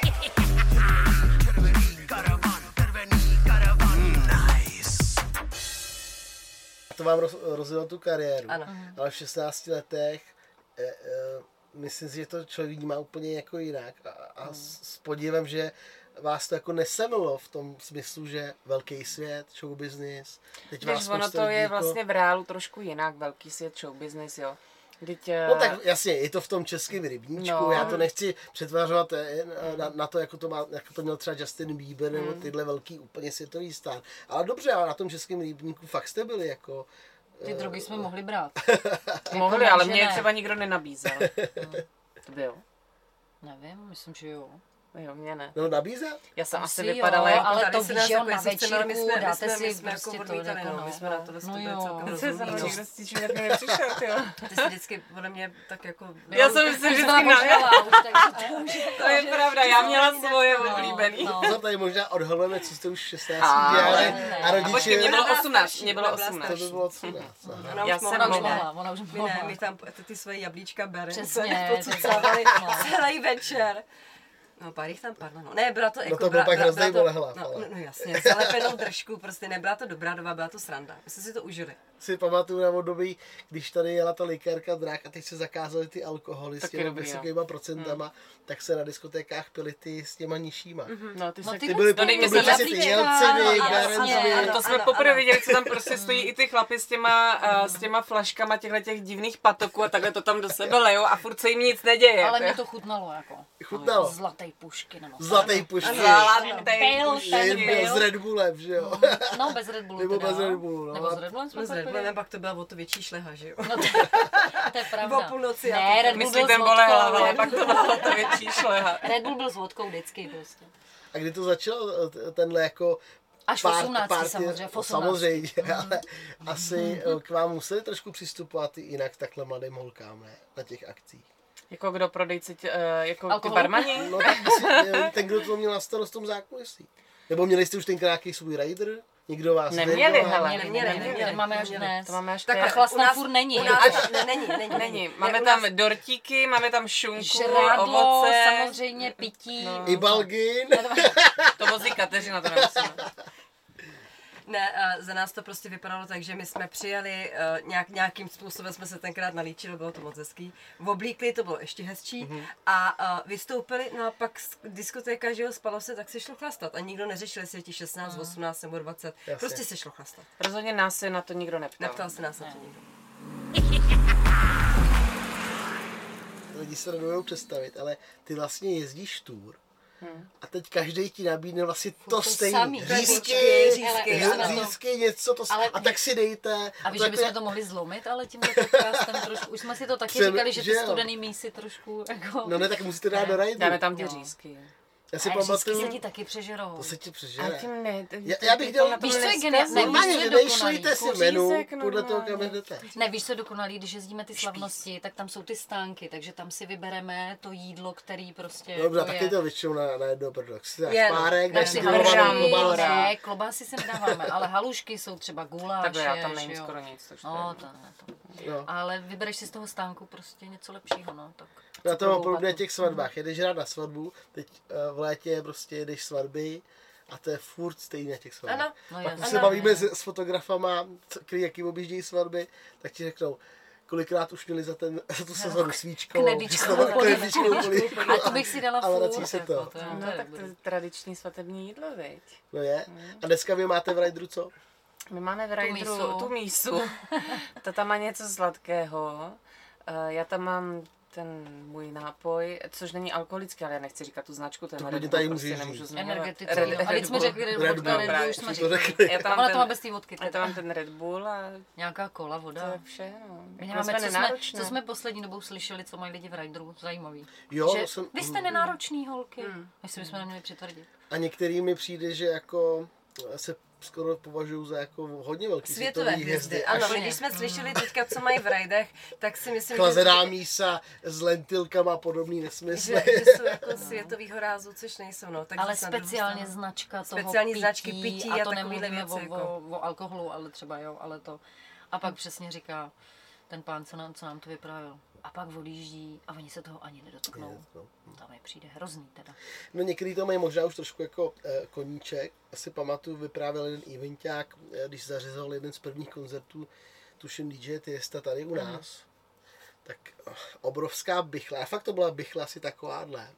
[SPEAKER 1] Červený karavan, červený karavan. Nice.
[SPEAKER 2] To vám roz, rozjelo tu kariéru,
[SPEAKER 5] Ano.
[SPEAKER 2] ale v šestnácti letech e, e, myslím si, že to člověk vnímá úplně jako jinak a, a s, s podívem, že vás to jako nesemlo v tom smyslu, že velký svět, show business, teď vás
[SPEAKER 3] Když ono
[SPEAKER 2] spousta
[SPEAKER 3] to
[SPEAKER 2] lidí
[SPEAKER 3] je
[SPEAKER 2] jako-
[SPEAKER 3] vlastně v reálu trošku jinak, velký svět, show business, jo. Teď,
[SPEAKER 2] No tak jasně, je to v tom českém rybníčku,
[SPEAKER 3] No.
[SPEAKER 2] já to nechci přetvářovat eh, na, na to, jako to, má, jako to měl třeba Justin Bieber nebo
[SPEAKER 3] Hmm.
[SPEAKER 2] tyhle velký úplně světový star. Ale dobře, ale na tom českém rybníku fakt jste byli jako...
[SPEAKER 4] Ty drogy jsme mohli brát.
[SPEAKER 3] mohli,
[SPEAKER 4] Jako
[SPEAKER 3] ale
[SPEAKER 4] ne,
[SPEAKER 3] mě
[SPEAKER 4] že
[SPEAKER 3] je
[SPEAKER 4] ne.
[SPEAKER 3] třeba nikdo nenabízel. To byl.
[SPEAKER 4] Nevím, myslím, že jo.
[SPEAKER 3] Jo, mě ne.
[SPEAKER 2] No nabízel?
[SPEAKER 3] Já jsem
[SPEAKER 4] Asi
[SPEAKER 3] asi
[SPEAKER 4] jo,
[SPEAKER 3] vypadala jako...
[SPEAKER 4] ale
[SPEAKER 5] Tady
[SPEAKER 4] to
[SPEAKER 5] si
[SPEAKER 4] víš,
[SPEAKER 5] nás
[SPEAKER 4] že jo,
[SPEAKER 5] jako,
[SPEAKER 4] na
[SPEAKER 5] jestli chceme, ale my
[SPEAKER 4] večírku
[SPEAKER 5] jsme- my
[SPEAKER 4] dáte
[SPEAKER 5] jsme- my
[SPEAKER 4] si
[SPEAKER 5] jsme jako
[SPEAKER 4] prostě to
[SPEAKER 5] odmítali,
[SPEAKER 4] jako
[SPEAKER 5] no,
[SPEAKER 4] no.
[SPEAKER 5] my jsme na tohle
[SPEAKER 4] No
[SPEAKER 5] byli
[SPEAKER 4] jo.
[SPEAKER 5] celkem
[SPEAKER 3] To se
[SPEAKER 5] rozumní,
[SPEAKER 3] za
[SPEAKER 5] no.
[SPEAKER 3] někdo s tím tak nepřišel, tyjo.
[SPEAKER 5] Ty jsi vždycky podle mě tak jako...
[SPEAKER 3] Já jsem si vždycky
[SPEAKER 4] Byla
[SPEAKER 3] na...
[SPEAKER 4] možná už, takže to už
[SPEAKER 3] To je pravda, já měla svoje oblíbený.
[SPEAKER 4] no.
[SPEAKER 2] No. Tady možná odhalujeme, co jste už v šestnácti
[SPEAKER 3] A,
[SPEAKER 2] dělali
[SPEAKER 4] ne.
[SPEAKER 2] a
[SPEAKER 3] A počkej,
[SPEAKER 2] rodiče...
[SPEAKER 3] mě bylo
[SPEAKER 5] Ona byla
[SPEAKER 3] osmnáct,
[SPEAKER 5] starší,
[SPEAKER 3] mě bylo
[SPEAKER 5] ona byla
[SPEAKER 3] osmnáct.
[SPEAKER 2] To by bylo osmnáct. aha.
[SPEAKER 5] Ona
[SPEAKER 3] Já
[SPEAKER 5] už
[SPEAKER 3] jsem
[SPEAKER 5] mohla,
[SPEAKER 4] Ona už
[SPEAKER 5] my ne.
[SPEAKER 4] mohla, ona už
[SPEAKER 5] My ne,
[SPEAKER 4] mohla.
[SPEAKER 5] my tam ty, ty svoje jablíčka bereme.
[SPEAKER 4] Přesně,
[SPEAKER 5] Pocicávali
[SPEAKER 4] no.
[SPEAKER 5] celý večer. No, pár jich tam padlo, no. Ne, byla to jako...
[SPEAKER 2] to byl
[SPEAKER 5] byla-
[SPEAKER 2] pak
[SPEAKER 5] byla-
[SPEAKER 2] hroznej
[SPEAKER 5] byla to-
[SPEAKER 2] bolehlav,
[SPEAKER 5] no,
[SPEAKER 2] ale.
[SPEAKER 5] no, no, jasně, zalepenou držku, prostě nebyla to dobrá doba, byla to sranda. My jsme si to užili.
[SPEAKER 2] Si pamatuju na období, když tady jela ta likérka Drák a teď se zakázaly ty alkoholy s
[SPEAKER 3] Taky
[SPEAKER 2] těma
[SPEAKER 3] dobrý,
[SPEAKER 2] vysokýma procentama, tak se na diskotékách pily ty s těma nižšíma.
[SPEAKER 3] No, ty
[SPEAKER 4] No
[SPEAKER 3] se...
[SPEAKER 4] ty
[SPEAKER 2] Ty byly,
[SPEAKER 3] No, dej mi
[SPEAKER 2] to byly
[SPEAKER 3] se
[SPEAKER 2] přesně ty
[SPEAKER 4] jablíčka,
[SPEAKER 2] Jelciny,
[SPEAKER 4] ano,
[SPEAKER 2] Berenzovi.
[SPEAKER 4] jasně,
[SPEAKER 3] A to jsme
[SPEAKER 5] ano,
[SPEAKER 3] poprvé
[SPEAKER 5] ano.
[SPEAKER 3] viděli, co tam prostě stojí i ty chlapi s těma, uh, s těma flaškama těchto těch divných patoků a takhle to tam do sebe lejou a furt se jim nic neděje.
[SPEAKER 4] Ale
[SPEAKER 3] to
[SPEAKER 4] mě
[SPEAKER 3] je-
[SPEAKER 4] to chutnalo jako.
[SPEAKER 2] Chutnalo.
[SPEAKER 4] Zlatý pušky na nos.
[SPEAKER 2] Zlatý pušky.
[SPEAKER 3] Zlatý
[SPEAKER 4] Byl
[SPEAKER 3] pušky.
[SPEAKER 4] ten
[SPEAKER 2] Jen byl s
[SPEAKER 4] byl.
[SPEAKER 2] Red Bullem, že jo?
[SPEAKER 4] No, bez Red Bullu
[SPEAKER 2] Nebo
[SPEAKER 4] teda.
[SPEAKER 2] bez Red Bullu, no.
[SPEAKER 4] Nebo s Red Bullem jsme
[SPEAKER 5] No,
[SPEAKER 4] pak
[SPEAKER 5] s Red
[SPEAKER 4] byli.
[SPEAKER 5] Bullem pak to byla o to větší šleha, že jo?
[SPEAKER 4] No to, to je pravda.
[SPEAKER 5] O půlnoci a
[SPEAKER 4] Ne,
[SPEAKER 5] to-
[SPEAKER 4] Red Bull byl
[SPEAKER 3] Myslíte,
[SPEAKER 4] s
[SPEAKER 3] bole hlava, ale
[SPEAKER 4] vodkou.
[SPEAKER 3] pak to bylo to větší šleha.
[SPEAKER 4] Red Bull byl s vodkou vždycky prostě.
[SPEAKER 2] A kdy to začalo, t- tenhle jako...
[SPEAKER 4] Až v
[SPEAKER 2] pár-
[SPEAKER 4] osmnácti
[SPEAKER 2] party-
[SPEAKER 4] samozřejmě, v
[SPEAKER 2] no,
[SPEAKER 4] osmnácti.
[SPEAKER 2] samozřejmě, ale asi eh, k vám museli trošku přistupovat i jinak takhle mladým holkám, ne? Na těch akcích.
[SPEAKER 3] Jako kdo prodejci, tě, uh, jako ty
[SPEAKER 4] Alkohol?
[SPEAKER 3] barmani?
[SPEAKER 2] No tak asi, eh, ten, kdo to měl na starost v tom zákulisí. Nebo měli jste už ten nějaký svůj rider? Někdo vás
[SPEAKER 3] Neměli,
[SPEAKER 2] věděl?
[SPEAKER 3] hele.
[SPEAKER 4] Neměli,
[SPEAKER 5] Neměli,
[SPEAKER 4] neměli,
[SPEAKER 5] neměli,
[SPEAKER 4] to máme až
[SPEAKER 5] neměli.
[SPEAKER 4] dnes.
[SPEAKER 3] To máme až
[SPEAKER 5] Tak
[SPEAKER 3] teď.
[SPEAKER 4] A chlast
[SPEAKER 5] u
[SPEAKER 4] tam
[SPEAKER 5] nás-
[SPEAKER 4] furt není.
[SPEAKER 5] u nás, ne, není, není,
[SPEAKER 3] Není.
[SPEAKER 5] Ne,
[SPEAKER 3] Máme
[SPEAKER 5] u
[SPEAKER 3] tam
[SPEAKER 5] nás-
[SPEAKER 3] dortíky, máme tam šunku,
[SPEAKER 4] Žrádlo,
[SPEAKER 3] ovoce.
[SPEAKER 4] samozřejmě pití.
[SPEAKER 3] No.
[SPEAKER 2] I Balgin.
[SPEAKER 3] To vozí Kateřina, to nemusíme.
[SPEAKER 5] Ne, a za nás to prostě vypadalo tak, že my jsme přijeli, uh, nějak, nějakým způsobem jsme se tenkrát nalíčili, bylo to moc hezký. Oblíkli, to bylo ještě hezčí. Mm-hmm. A uh, vystoupili, no a pak z diskotéka, že jo, spalo se, tak se šlo chlastat. A nikdo neřešil, jestli je ti šestnáct, osmnáct nebo dvacet.
[SPEAKER 2] Jasně.
[SPEAKER 5] Prostě se šlo chlastat.
[SPEAKER 3] Rozhodně nás se na to nikdo neptal.
[SPEAKER 5] Neptal se nás na to nikdo.
[SPEAKER 2] Lidi se nedovedou představit, ale ty vlastně jezdíš tour.
[SPEAKER 3] Hmm.
[SPEAKER 2] A teď každý ti nabídne vlastně to,
[SPEAKER 4] to
[SPEAKER 2] stejné.
[SPEAKER 4] samý.
[SPEAKER 2] Řízky,
[SPEAKER 5] řízky,
[SPEAKER 2] řízky,
[SPEAKER 4] ano.
[SPEAKER 2] řízky, něco to
[SPEAKER 4] Ale-
[SPEAKER 2] a tak si dejte.
[SPEAKER 4] A víš,
[SPEAKER 2] to
[SPEAKER 4] že bychom
[SPEAKER 2] jako-
[SPEAKER 4] to mohli zlomit, ale tímto podcastem trošku, už jsme si to taky
[SPEAKER 2] Chceme-
[SPEAKER 4] říkali, že
[SPEAKER 2] že
[SPEAKER 4] ty
[SPEAKER 2] jo.
[SPEAKER 4] studený mísy trošku jako...
[SPEAKER 2] No ne, tak musíte dát do rajdu.
[SPEAKER 3] Dáme tam ty
[SPEAKER 4] Jo.
[SPEAKER 3] řízky.
[SPEAKER 2] Já si
[SPEAKER 4] A řízky se
[SPEAKER 2] pamatuju,
[SPEAKER 4] ti taky přežerou.
[SPEAKER 2] to se ti
[SPEAKER 3] A
[SPEAKER 2] přežere.
[SPEAKER 3] tím ne.
[SPEAKER 2] Já- já bych dělal-
[SPEAKER 3] na tom
[SPEAKER 4] Víš, co je
[SPEAKER 3] neskazí.
[SPEAKER 4] geniální? Ne,
[SPEAKER 2] Normálně,
[SPEAKER 4] víš, co je
[SPEAKER 2] vymýšlejte si
[SPEAKER 4] dokonalý?
[SPEAKER 2] menu
[SPEAKER 3] Kořízek
[SPEAKER 2] podle toho, kam
[SPEAKER 3] normálně.
[SPEAKER 2] jdete.
[SPEAKER 4] Ne, víš, co je dokonalý, když jezdíme ty slavnosti, tak tam jsou ty stánky, takže tam si vybereme to jídlo, který prostě
[SPEAKER 2] Dobře,
[SPEAKER 4] jako
[SPEAKER 2] taky
[SPEAKER 4] je.
[SPEAKER 2] to většinou na, na jedno brdo. Si dáš
[SPEAKER 5] Je, no.
[SPEAKER 2] párek,
[SPEAKER 4] Dáš
[SPEAKER 2] dáš
[SPEAKER 4] si
[SPEAKER 2] si
[SPEAKER 3] halušky,
[SPEAKER 2] grilovanou
[SPEAKER 4] halušky,
[SPEAKER 2] klobásu.
[SPEAKER 4] ne, klobásy si nedáváme, ale halušky jsou třeba guláš.
[SPEAKER 3] Takhle já tam nejím skoro nic. takže to
[SPEAKER 4] No,
[SPEAKER 3] je-
[SPEAKER 4] to ne, to.
[SPEAKER 2] No.
[SPEAKER 4] Ale vybereš si z toho stánku prostě něco lepšího, no, tak.
[SPEAKER 2] Na tom
[SPEAKER 4] Cukrovou
[SPEAKER 2] podobně
[SPEAKER 4] vatu.
[SPEAKER 2] těch svatbách. Jedeš rád na svatbu, teď eh, v létě prostě jedeš svatby a to je furt stejně na těch svatbách.
[SPEAKER 5] Ano.
[SPEAKER 4] No,
[SPEAKER 2] Pak
[SPEAKER 4] jasně.
[SPEAKER 2] když se bavíme s, s fotografama, co- který jaký objíždějí svatby, tak ti řeknou, kolikrát už měli za, ten, za tu sezonu svíčkou,
[SPEAKER 4] Knedlíčkovou
[SPEAKER 2] knedlíčkovou polívku.
[SPEAKER 4] A to bych si dala
[SPEAKER 2] Ale
[SPEAKER 4] furt,
[SPEAKER 2] vrací se
[SPEAKER 4] jako,
[SPEAKER 2] to.
[SPEAKER 4] to, je-
[SPEAKER 3] No
[SPEAKER 4] to je
[SPEAKER 3] tak to
[SPEAKER 4] dobrý.
[SPEAKER 3] je tradiční svatební jídlo, viď?
[SPEAKER 2] No je. A dneska vy máte v rajdru co?
[SPEAKER 3] My máme v rajdru
[SPEAKER 4] mísu.
[SPEAKER 3] tu mísu. Ta tam má něco sladkého. Eh, Já tam mám ten můj nápoj, což není alkoholický, ale já nechci říkat tu značku, ten
[SPEAKER 2] To
[SPEAKER 3] Red
[SPEAKER 2] klidně
[SPEAKER 3] Bull
[SPEAKER 2] tady
[SPEAKER 3] prostě
[SPEAKER 2] můžeš
[SPEAKER 3] nemůžu
[SPEAKER 2] říct.
[SPEAKER 3] zmiňovat.
[SPEAKER 4] Energetický,
[SPEAKER 3] Red-
[SPEAKER 4] jo. A
[SPEAKER 3] Red
[SPEAKER 4] teď jsme
[SPEAKER 3] Bull.
[SPEAKER 4] řekli
[SPEAKER 2] Red
[SPEAKER 4] vodka,
[SPEAKER 2] Bull,
[SPEAKER 4] Red Bull,
[SPEAKER 3] právě,
[SPEAKER 4] už jsme
[SPEAKER 2] už to
[SPEAKER 4] řekli.
[SPEAKER 2] řekli.
[SPEAKER 3] Já tam
[SPEAKER 4] Ona
[SPEAKER 3] mám
[SPEAKER 4] to má
[SPEAKER 3] ten,
[SPEAKER 4] bez té vodky.
[SPEAKER 3] já tam mám ten Red Bull a
[SPEAKER 4] Nějaká kola,
[SPEAKER 3] to
[SPEAKER 4] voda.
[SPEAKER 3] je vše. No.
[SPEAKER 4] My
[SPEAKER 3] My
[SPEAKER 4] nemáme,
[SPEAKER 3] jsme
[SPEAKER 4] co, jsme,
[SPEAKER 3] nenároční.
[SPEAKER 4] co jsme poslední dobou slyšeli, co mají lidi v Rideru, zajímavý.
[SPEAKER 2] Jo,
[SPEAKER 4] že
[SPEAKER 2] jsem,
[SPEAKER 4] vy jste nenároční holky. Hmm. Jestli bychom neměli přitvrdit.
[SPEAKER 2] a některým mi přijde, že jako se skoro považují za jako hodně velký
[SPEAKER 5] Světové hvězdy. Ano,
[SPEAKER 2] Až
[SPEAKER 5] my když jsme slyšeli teďka, co mají v rajdech, tak si myslím,
[SPEAKER 2] chlazená
[SPEAKER 5] že,
[SPEAKER 2] mísa s lentilkama a podobný nesmysly.
[SPEAKER 5] že, že jsou jako světovýho rázu, což nejsou. No. Tak
[SPEAKER 4] Ale
[SPEAKER 5] zase na druhou
[SPEAKER 4] speciálně
[SPEAKER 5] stranu.
[SPEAKER 4] značka toho
[SPEAKER 5] Speciální
[SPEAKER 4] pití,
[SPEAKER 5] značky pití
[SPEAKER 4] a
[SPEAKER 5] a
[SPEAKER 4] to
[SPEAKER 5] takovýhle
[SPEAKER 4] nemluvíme
[SPEAKER 5] věci,
[SPEAKER 4] o,
[SPEAKER 5] jako.
[SPEAKER 4] o, o, alkoholu, ale třeba jo, ale to. A pak přesně říká ten pán, co nám, co nám to vyprávěl. A pak odjíždí a oni se toho ani nedotknou. Tam mi přijde hrozný teda.
[SPEAKER 2] No některý to mají možná už trošku jako eh, koníček. Asi pamatuju, vyprávěl jeden eventák, eh, když zařizoval jeden z prvních koncertů, tuším D J Tiesta tady u nás. Tak oh, obrovská bychla, a fakt to byla bychla asi takováhle.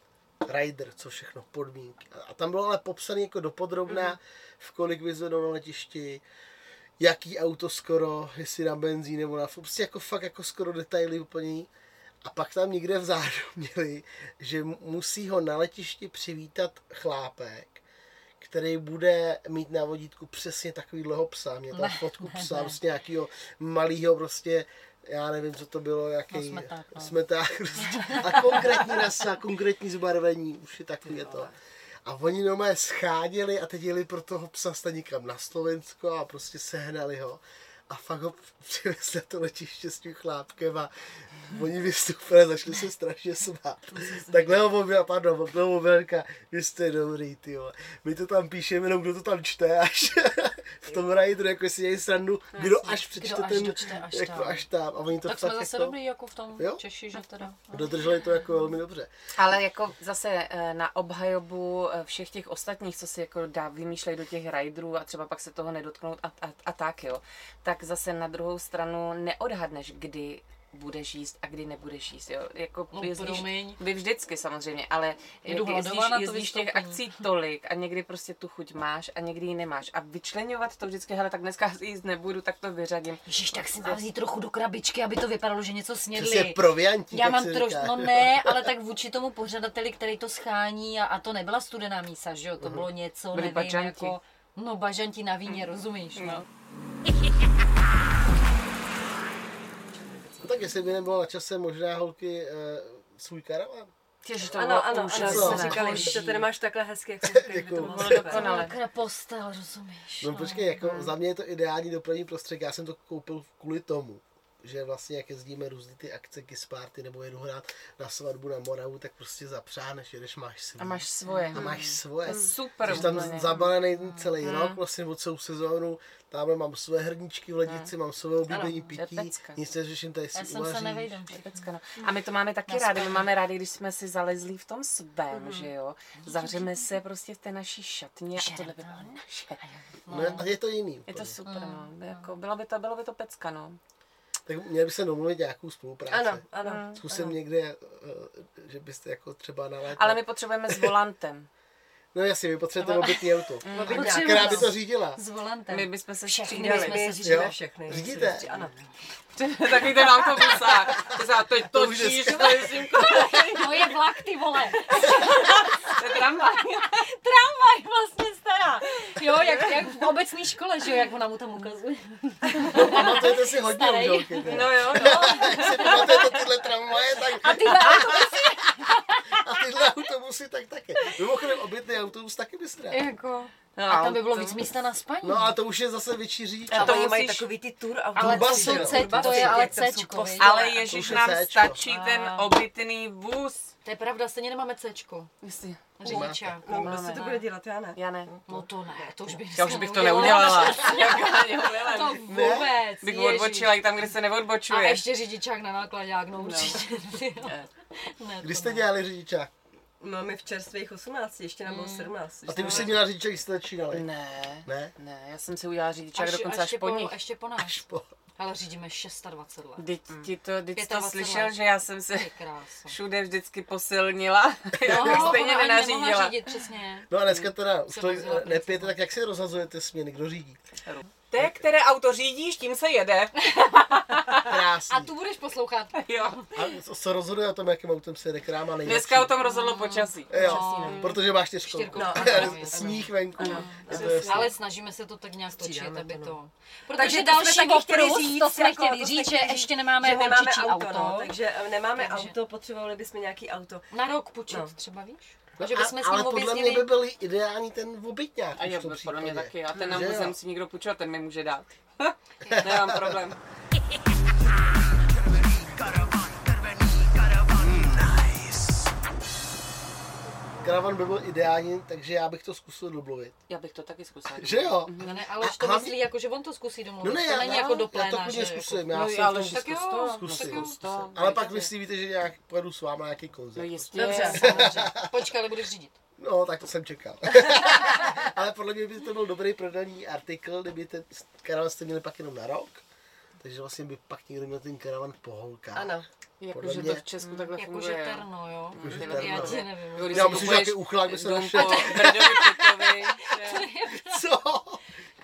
[SPEAKER 2] Rider, co všechno, podmínky. A, a tam bylo ale popsané jako dopodrobná, v kolik vyzvednou na letišti, jaký auto skoro, jestli na benzín nebo na prostě jako fakt jako skoro detaily úplně. A pak tam někde vzadu měli, že musí ho na letišti přivítat chlápek, který bude mít na vodítku přesně takovýhleho psa. Mě tam
[SPEAKER 4] Ne,
[SPEAKER 2] fotku
[SPEAKER 4] ne,
[SPEAKER 2] psa,
[SPEAKER 4] ne.
[SPEAKER 2] prostě nějakýho malýho prostě, já nevím, co to bylo, jaký
[SPEAKER 4] No, smeták, no.
[SPEAKER 2] smeták prostě. A konkrétní rasa, konkrétní zbarvení, už je takový je to. A oni normálně scháděli a teď jeli pro toho psa stát někam na Slovensko a prostě sehnali ho. A fakt ho přivezli na to letiště s tím chlápkem a oni vystoupili a začali se strašně smát. Takhle ho mobil, pardon, takhle mobilka, vy jste dobrý, ty vole. My to tam píšeme, jenom kdo to tam čte, až v tom rideru, jako si dějí srandu, kdo až přečte
[SPEAKER 4] Kdo až
[SPEAKER 2] ten,
[SPEAKER 4] dočte až
[SPEAKER 2] jako
[SPEAKER 4] tam.
[SPEAKER 2] až tam. A oni to
[SPEAKER 4] Tak
[SPEAKER 2] fakt
[SPEAKER 4] jsme zase
[SPEAKER 2] jako,
[SPEAKER 4] dobrý jako v tom
[SPEAKER 2] Jo?
[SPEAKER 4] Češi, že teda. No.
[SPEAKER 2] dodrželi to jako velmi dobře.
[SPEAKER 3] Ale jako zase eh, na obhajobu eh, všech těch ostatních, co si jako dá vymýšlej do těch riderů a třeba pak se toho nedotknout a, a, a tak jo, tak zase na druhou stranu neodhadneš, kdy budeš jíst a kdy nebudeš jíst, jo. Jako
[SPEAKER 4] No,
[SPEAKER 3] jezdíš,
[SPEAKER 4] promiň.
[SPEAKER 3] vy vždycky samozřejmě, ale
[SPEAKER 4] Jdu
[SPEAKER 3] jezdíš,
[SPEAKER 4] hladová na to
[SPEAKER 3] jezdíš těch
[SPEAKER 4] vystoupení.
[SPEAKER 3] akcí tolik a někdy prostě tu chuť máš a někdy ji nemáš. A vyčleňovat to vždycky, hele, tak dneska jíst nebudu, tak to vyřadím.
[SPEAKER 4] Ježiš, tak si mám vzít trochu do krabičky, aby to vypadalo, že něco snědli.
[SPEAKER 2] Přesně proviantí,
[SPEAKER 4] Já
[SPEAKER 2] jak
[SPEAKER 4] mám
[SPEAKER 2] se
[SPEAKER 4] trošku,
[SPEAKER 2] říká.
[SPEAKER 4] no ne, ale tak vůči tomu pořadateli, který to schání a, a to nebyla studená mísa, že jo, to bylo něco,
[SPEAKER 3] Byli
[SPEAKER 4] nevím,
[SPEAKER 3] bažanti.
[SPEAKER 4] jako, no bažanti na víně, rozumíš, no.
[SPEAKER 2] No tak jestli by nebylo na čase možná holky eh, svůj karavan.
[SPEAKER 3] Těž to
[SPEAKER 5] Ano,
[SPEAKER 3] bylo
[SPEAKER 5] ano, ano,
[SPEAKER 3] úžasné.
[SPEAKER 5] jsme říkali, že to tady máš takhle hezky, jak jsem říkali, že to
[SPEAKER 2] Děkuju.
[SPEAKER 5] bylo
[SPEAKER 3] Bylo
[SPEAKER 5] super.
[SPEAKER 3] dokonalé.
[SPEAKER 4] Takhle postel, rozumíš.
[SPEAKER 2] No počkej, jako za mě je to ideální dopravní prostředí, já jsem to koupil kvůli tomu, že vlastně jak jezdíme různý ty akce, kiss party, nebo jedu hrát na svatbu na Moravu, tak prostě zapřáneš, jedeš, máš svůj.
[SPEAKER 3] A máš svoje.
[SPEAKER 2] A máš svoje.
[SPEAKER 3] Super.
[SPEAKER 2] Jsi tam
[SPEAKER 3] úplně.
[SPEAKER 2] zabalený celý rok, vlastně od celou sezónu, tamhle mám své hrníčky v lednici, mám své oblíbený
[SPEAKER 3] to je
[SPEAKER 2] pití,
[SPEAKER 3] pecka.
[SPEAKER 2] nic neřeším, tady si
[SPEAKER 4] Já jsem se
[SPEAKER 2] uvaříš.
[SPEAKER 4] nevejdem.
[SPEAKER 3] Pecka, no. A my to máme taky
[SPEAKER 4] Na
[SPEAKER 3] rádi, my
[SPEAKER 4] spaní.
[SPEAKER 3] máme rádi, když jsme si zalezli v tom svém, že jo. Zavřeme se prostě v té naší šatně a tohle by bylo naše.
[SPEAKER 2] No, a je to jiný.
[SPEAKER 3] Je to
[SPEAKER 2] úplně.
[SPEAKER 3] super, no. Jako, bylo, by to, bylo by to pecka, no.
[SPEAKER 2] Tak měli by se domluvit nějakou spolupráci.
[SPEAKER 5] Ano, ano.
[SPEAKER 2] Zkusím někde, eh, že byste jako třeba na léto...
[SPEAKER 3] Ale my potřebujeme s volantem.
[SPEAKER 2] No jasně, vy potřebujete obytný auto.
[SPEAKER 5] Obytňák.
[SPEAKER 2] Která by to řídila?
[SPEAKER 4] S volantem.
[SPEAKER 3] My bychom se
[SPEAKER 4] Všechny
[SPEAKER 3] střídali.
[SPEAKER 4] bychom
[SPEAKER 5] My
[SPEAKER 4] se
[SPEAKER 5] řídíme
[SPEAKER 2] Jo.
[SPEAKER 5] všechny.
[SPEAKER 2] Řídíte?
[SPEAKER 5] Ano.
[SPEAKER 3] Takový ten autobusák. Ty se teď
[SPEAKER 2] To už je
[SPEAKER 3] točíš,
[SPEAKER 2] skvělé.
[SPEAKER 3] to je tím
[SPEAKER 4] To je vlak, ty vole.
[SPEAKER 3] to je tramvaj.
[SPEAKER 4] Tramvaj vlastně stará. Jo, jak, jak v obecné škole, že jo, jak ona mu tam ukazuje.
[SPEAKER 2] No, pamatujete si hodně
[SPEAKER 4] Starý.
[SPEAKER 2] už holky. teda.
[SPEAKER 3] No jo, no.
[SPEAKER 2] Jak si pamatujete tyhle tramvaje, tak...
[SPEAKER 4] A ty autobusy.
[SPEAKER 2] A tyhle autobusy, tak taky. Mimochodem, obytný autobus taky by strávil.
[SPEAKER 4] Jako.
[SPEAKER 3] No,
[SPEAKER 4] A tam by bylo
[SPEAKER 3] to-
[SPEAKER 4] víc místa na spaní.
[SPEAKER 2] No a to už je zase větší řidič.
[SPEAKER 5] A
[SPEAKER 3] to
[SPEAKER 5] oni mají
[SPEAKER 3] musíš-
[SPEAKER 5] takový ty tour
[SPEAKER 4] Ale to
[SPEAKER 2] Turbasy,
[SPEAKER 4] jsou
[SPEAKER 2] jo.
[SPEAKER 4] C, to je ale
[SPEAKER 5] Jak tam jsou
[SPEAKER 4] Cčko,
[SPEAKER 5] postele.
[SPEAKER 4] viď?
[SPEAKER 3] Ale
[SPEAKER 2] To už
[SPEAKER 3] Ježíš,
[SPEAKER 2] je
[SPEAKER 3] nám
[SPEAKER 2] Cčko.
[SPEAKER 3] stačí ten
[SPEAKER 4] A.
[SPEAKER 3] obytný vůz.
[SPEAKER 4] To je pravda, stejně nemáme Cčko.
[SPEAKER 3] Jestli.
[SPEAKER 4] Řidičák.
[SPEAKER 5] No, kdo
[SPEAKER 3] Máme.
[SPEAKER 5] si to bude dělat, já ne.
[SPEAKER 3] Já ne.
[SPEAKER 4] No to ne, to už bych
[SPEAKER 3] Já už bych to neudělala. Jak ani
[SPEAKER 4] To
[SPEAKER 3] umylem.
[SPEAKER 4] vůbec,
[SPEAKER 3] Bych
[SPEAKER 4] ježiš.
[SPEAKER 3] odbočila i tam, kde se
[SPEAKER 4] A
[SPEAKER 3] neodbočuje.
[SPEAKER 4] ještě řidičák na nákladák, no určitě.
[SPEAKER 3] Ne.
[SPEAKER 4] Ne,
[SPEAKER 2] Kdy
[SPEAKER 4] to
[SPEAKER 2] jste
[SPEAKER 4] ne.
[SPEAKER 2] dělali řidičák?
[SPEAKER 5] No, my v čerstvých osmnácti, ještě nám bylo sedmnáct.
[SPEAKER 2] A ty už jsi měla řidičák, když jste začínali?
[SPEAKER 3] Ne.
[SPEAKER 2] Ne?
[SPEAKER 3] Ne, já jsem si udělala řidičák
[SPEAKER 4] Až,
[SPEAKER 3] dokonce až
[SPEAKER 4] ještě
[SPEAKER 3] po nich.
[SPEAKER 4] Ještě po nás.
[SPEAKER 2] Až po...
[SPEAKER 4] Ale řídíme dvacet šest let.
[SPEAKER 3] Teď ti to, teď jsi to
[SPEAKER 4] pětadvacet
[SPEAKER 3] slyšel,
[SPEAKER 4] let.
[SPEAKER 3] že já jsem
[SPEAKER 4] Ty
[SPEAKER 3] se
[SPEAKER 4] krása.
[SPEAKER 3] všude vždycky posilnila. Já bych
[SPEAKER 4] No,
[SPEAKER 3] stejně
[SPEAKER 4] ona ani nemohla
[SPEAKER 3] nenařídila.
[SPEAKER 4] řídit, přesně.
[SPEAKER 2] No a dneska teda už
[SPEAKER 4] Se
[SPEAKER 2] to
[SPEAKER 4] vozila
[SPEAKER 2] nepijete, tak jak si rozhazujete směny, kdo řídí?
[SPEAKER 3] Te, které auto řídíš, tím se jede.
[SPEAKER 2] Krásný.
[SPEAKER 4] A tu budeš poslouchat.
[SPEAKER 3] Jo.
[SPEAKER 2] A co- co rozhoduje o tom, jakým autem se jede, která má nejlepší?
[SPEAKER 3] Dneska o tom rozhodlo počasí.
[SPEAKER 2] Jo, protože máš čtyřku.
[SPEAKER 4] Čtyřku.
[SPEAKER 5] No,
[SPEAKER 2] Sníh venku. Je to jasný.
[SPEAKER 4] Ale snažíme se to tak nějak točit,
[SPEAKER 5] Střídáme
[SPEAKER 4] aby
[SPEAKER 5] to, no.
[SPEAKER 4] to... Protože
[SPEAKER 5] Takže to jsme
[SPEAKER 4] další
[SPEAKER 5] taky chtěli
[SPEAKER 4] oprus,
[SPEAKER 5] říct,
[SPEAKER 4] to jsme
[SPEAKER 5] jako,
[SPEAKER 4] chtěli
[SPEAKER 5] to jsme
[SPEAKER 4] říct, že
[SPEAKER 5] chtěli
[SPEAKER 4] ještě nemáme
[SPEAKER 5] že nemáme
[SPEAKER 4] holčičí
[SPEAKER 5] auto,
[SPEAKER 4] auto.
[SPEAKER 5] no, takže eh, nemáme
[SPEAKER 4] Takže-
[SPEAKER 5] auto, potřebovali bychom nějaký auto.
[SPEAKER 4] Na rok půjčit
[SPEAKER 5] No.
[SPEAKER 4] třeba, víš?
[SPEAKER 2] No,
[SPEAKER 4] Že
[SPEAKER 2] a,
[SPEAKER 4] bychom s
[SPEAKER 2] ale
[SPEAKER 4] ním
[SPEAKER 2] podle mě
[SPEAKER 4] objezdili...
[SPEAKER 2] by byl ideální ten obytňák.
[SPEAKER 3] A
[SPEAKER 2] už
[SPEAKER 3] jo,
[SPEAKER 2] v tom
[SPEAKER 3] podle mě
[SPEAKER 2] případě.
[SPEAKER 3] taky. A ten nám
[SPEAKER 2] Že jo?
[SPEAKER 3] může si někdo půjčovat, ten mi může dát. Nemám problém.
[SPEAKER 2] Karavan by byl ideální, takže já bych to zkusil domluvit.
[SPEAKER 3] Já bych to taky zkusila.
[SPEAKER 2] Že jo?
[SPEAKER 4] Ne, ne, ale
[SPEAKER 2] A
[SPEAKER 4] už to
[SPEAKER 2] hlavně-
[SPEAKER 4] myslí, jako, že on to zkusí domluvit.
[SPEAKER 2] No ne,
[SPEAKER 4] to
[SPEAKER 2] já,
[SPEAKER 4] není
[SPEAKER 2] já,
[SPEAKER 4] jako do
[SPEAKER 2] já to
[SPEAKER 4] pléna,
[SPEAKER 2] klidně
[SPEAKER 4] že
[SPEAKER 2] zkusím.
[SPEAKER 4] jako...
[SPEAKER 2] Já
[SPEAKER 3] No
[SPEAKER 2] jsem
[SPEAKER 3] ale
[SPEAKER 2] to
[SPEAKER 3] tak
[SPEAKER 2] zkus-
[SPEAKER 3] jo,
[SPEAKER 2] zkusím.
[SPEAKER 3] tak zkus to.
[SPEAKER 2] Ale pak myslíte, že nějak pojedu s vámi na nějaký
[SPEAKER 3] No
[SPEAKER 2] koncert.
[SPEAKER 3] jistě.
[SPEAKER 4] Dobře, samozřejmě. Počkej, ale budeš řídit.
[SPEAKER 2] No, tak to jsem čekal. Ale podle mě by to byl dobrý prodaný artikl, kdyby ten karavan jste měli pak jenom na rok. Takže vlastně by pak někdo měl ten karavan po holkách.
[SPEAKER 5] Ano.
[SPEAKER 2] Podle
[SPEAKER 3] Jakože
[SPEAKER 2] mě-
[SPEAKER 3] to v Česku takhle
[SPEAKER 4] Jakože
[SPEAKER 3] funguje. jo.
[SPEAKER 4] terno, jo.
[SPEAKER 2] Jakože
[SPEAKER 3] Ty
[SPEAKER 2] terno.
[SPEAKER 4] Já
[SPEAKER 3] nevím,
[SPEAKER 4] ti
[SPEAKER 3] že-
[SPEAKER 4] nevím.
[SPEAKER 3] Jako když
[SPEAKER 2] Já
[SPEAKER 3] si
[SPEAKER 2] myslím, že
[SPEAKER 3] kupuješ
[SPEAKER 2] nějaký uchlák by se
[SPEAKER 3] dům
[SPEAKER 2] našel.
[SPEAKER 3] po Brdovi Pitovi, že-
[SPEAKER 2] Co?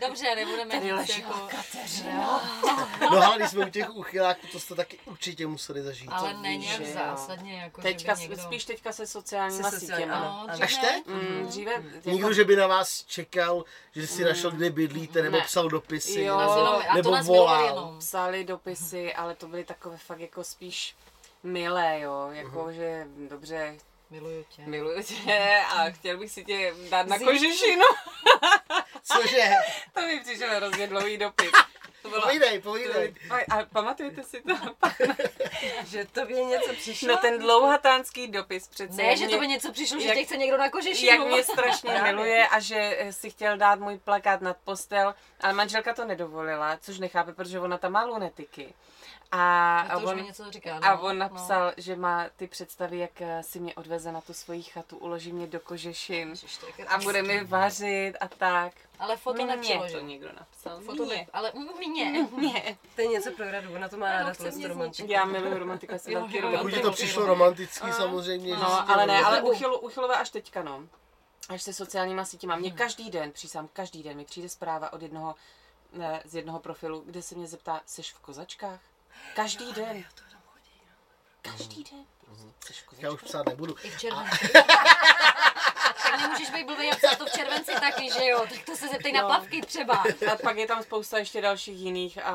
[SPEAKER 4] Dobře, nebudeme
[SPEAKER 3] Tady
[SPEAKER 4] nic
[SPEAKER 3] ležela
[SPEAKER 4] jako...
[SPEAKER 2] No ale když jsme u těch uchyláků, to jste taky určitě museli zažít.
[SPEAKER 4] Ale
[SPEAKER 3] To
[SPEAKER 4] ne
[SPEAKER 3] víš,
[SPEAKER 4] nějak
[SPEAKER 3] že jo.
[SPEAKER 4] zásadně, jako
[SPEAKER 3] Teďka,
[SPEAKER 4] že by někdo...
[SPEAKER 3] spíš teďka se sociálníma
[SPEAKER 5] Se sociální-
[SPEAKER 3] sítěma.
[SPEAKER 5] ano.
[SPEAKER 4] No,
[SPEAKER 2] Až
[SPEAKER 4] dříve-
[SPEAKER 2] teď?
[SPEAKER 3] Mm, dříve, jako,
[SPEAKER 2] Nikdo, že by na vás čekal, že si našel, kde bydlíte, nebo
[SPEAKER 3] Ne.
[SPEAKER 2] psal dopisy,
[SPEAKER 3] Jo.
[SPEAKER 4] Nás jenom, a to
[SPEAKER 2] nebo
[SPEAKER 4] nás milovali
[SPEAKER 2] volal.
[SPEAKER 4] jenom.
[SPEAKER 3] psali dopisy, ale to byly takové fakt jako spíš milé, jo, jako že dobře,
[SPEAKER 4] Miluju tě.
[SPEAKER 3] miluju tě a chtěl bych si tě dát na
[SPEAKER 4] Zí.
[SPEAKER 3] kožešinu.
[SPEAKER 2] Cože?
[SPEAKER 3] To mi přišel hrozně dlouhý dopis. To bylo,
[SPEAKER 2] Povídej, povídej.
[SPEAKER 3] a, a pamatujete si to?
[SPEAKER 5] Že tobě něco přišlo?
[SPEAKER 3] No ten dlouhatánský dopis přece.
[SPEAKER 4] Ne,
[SPEAKER 3] jak
[SPEAKER 4] že
[SPEAKER 3] mě-
[SPEAKER 4] to by něco přišlo, že
[SPEAKER 3] jak-
[SPEAKER 4] tě chce někdo na kožešinu.
[SPEAKER 3] Jak mě strašně
[SPEAKER 5] Právě.
[SPEAKER 3] miluje a že si chtěl dát můj plakát nad postel, ale manželka to nedovolila, což nechápe, protože ona tam má lunetiky. A,
[SPEAKER 4] No to
[SPEAKER 3] a
[SPEAKER 4] už
[SPEAKER 3] on,
[SPEAKER 4] mi něco říká, no.
[SPEAKER 3] a on
[SPEAKER 4] no.
[SPEAKER 3] napsal, že má ty představy, jak eh, si mě odveze na tu svoji chatu, uloží mě do kožešin
[SPEAKER 4] Ježiš, to je
[SPEAKER 3] a
[SPEAKER 4] krásný.
[SPEAKER 3] bude mi vařit a tak.
[SPEAKER 4] Ale foto
[SPEAKER 3] Mě
[SPEAKER 4] nepřiložil.
[SPEAKER 3] to někdo napsal.
[SPEAKER 4] Foto
[SPEAKER 3] Mě.
[SPEAKER 4] ne, ale mě.
[SPEAKER 3] Mě.
[SPEAKER 5] To je něco pro Radu, ona to má ráda,
[SPEAKER 4] chce
[SPEAKER 5] tohle
[SPEAKER 4] mě
[SPEAKER 5] romantiku.
[SPEAKER 3] Já miluju romantika, jsem
[SPEAKER 4] Jo,
[SPEAKER 3] velký
[SPEAKER 4] jo,
[SPEAKER 3] romantik.
[SPEAKER 2] Pokud ti to přišlo romantický samozřejmě. že si
[SPEAKER 3] No,
[SPEAKER 2] tě
[SPEAKER 3] ale ne,
[SPEAKER 2] odvezl.
[SPEAKER 3] ale uchylu, uchylové až teďka, no. Až se sociálníma sítěma. Mně každý den, přísám, každý den mi přijde zpráva od jednoho, ne, z jednoho profilu, kde se mě zeptá, seš v kozačkách? Každý den. Každý den. Seš v
[SPEAKER 2] Já už
[SPEAKER 3] kozačkách?
[SPEAKER 2] psát nebudu.
[SPEAKER 4] I v červenci. Tak nemůžeš být blbý a psát to v červenci taky, že jo? Tak to se zeptej na
[SPEAKER 3] No.
[SPEAKER 4] plavky třeba.
[SPEAKER 3] A pak je tam spousta ještě dalších jiných a,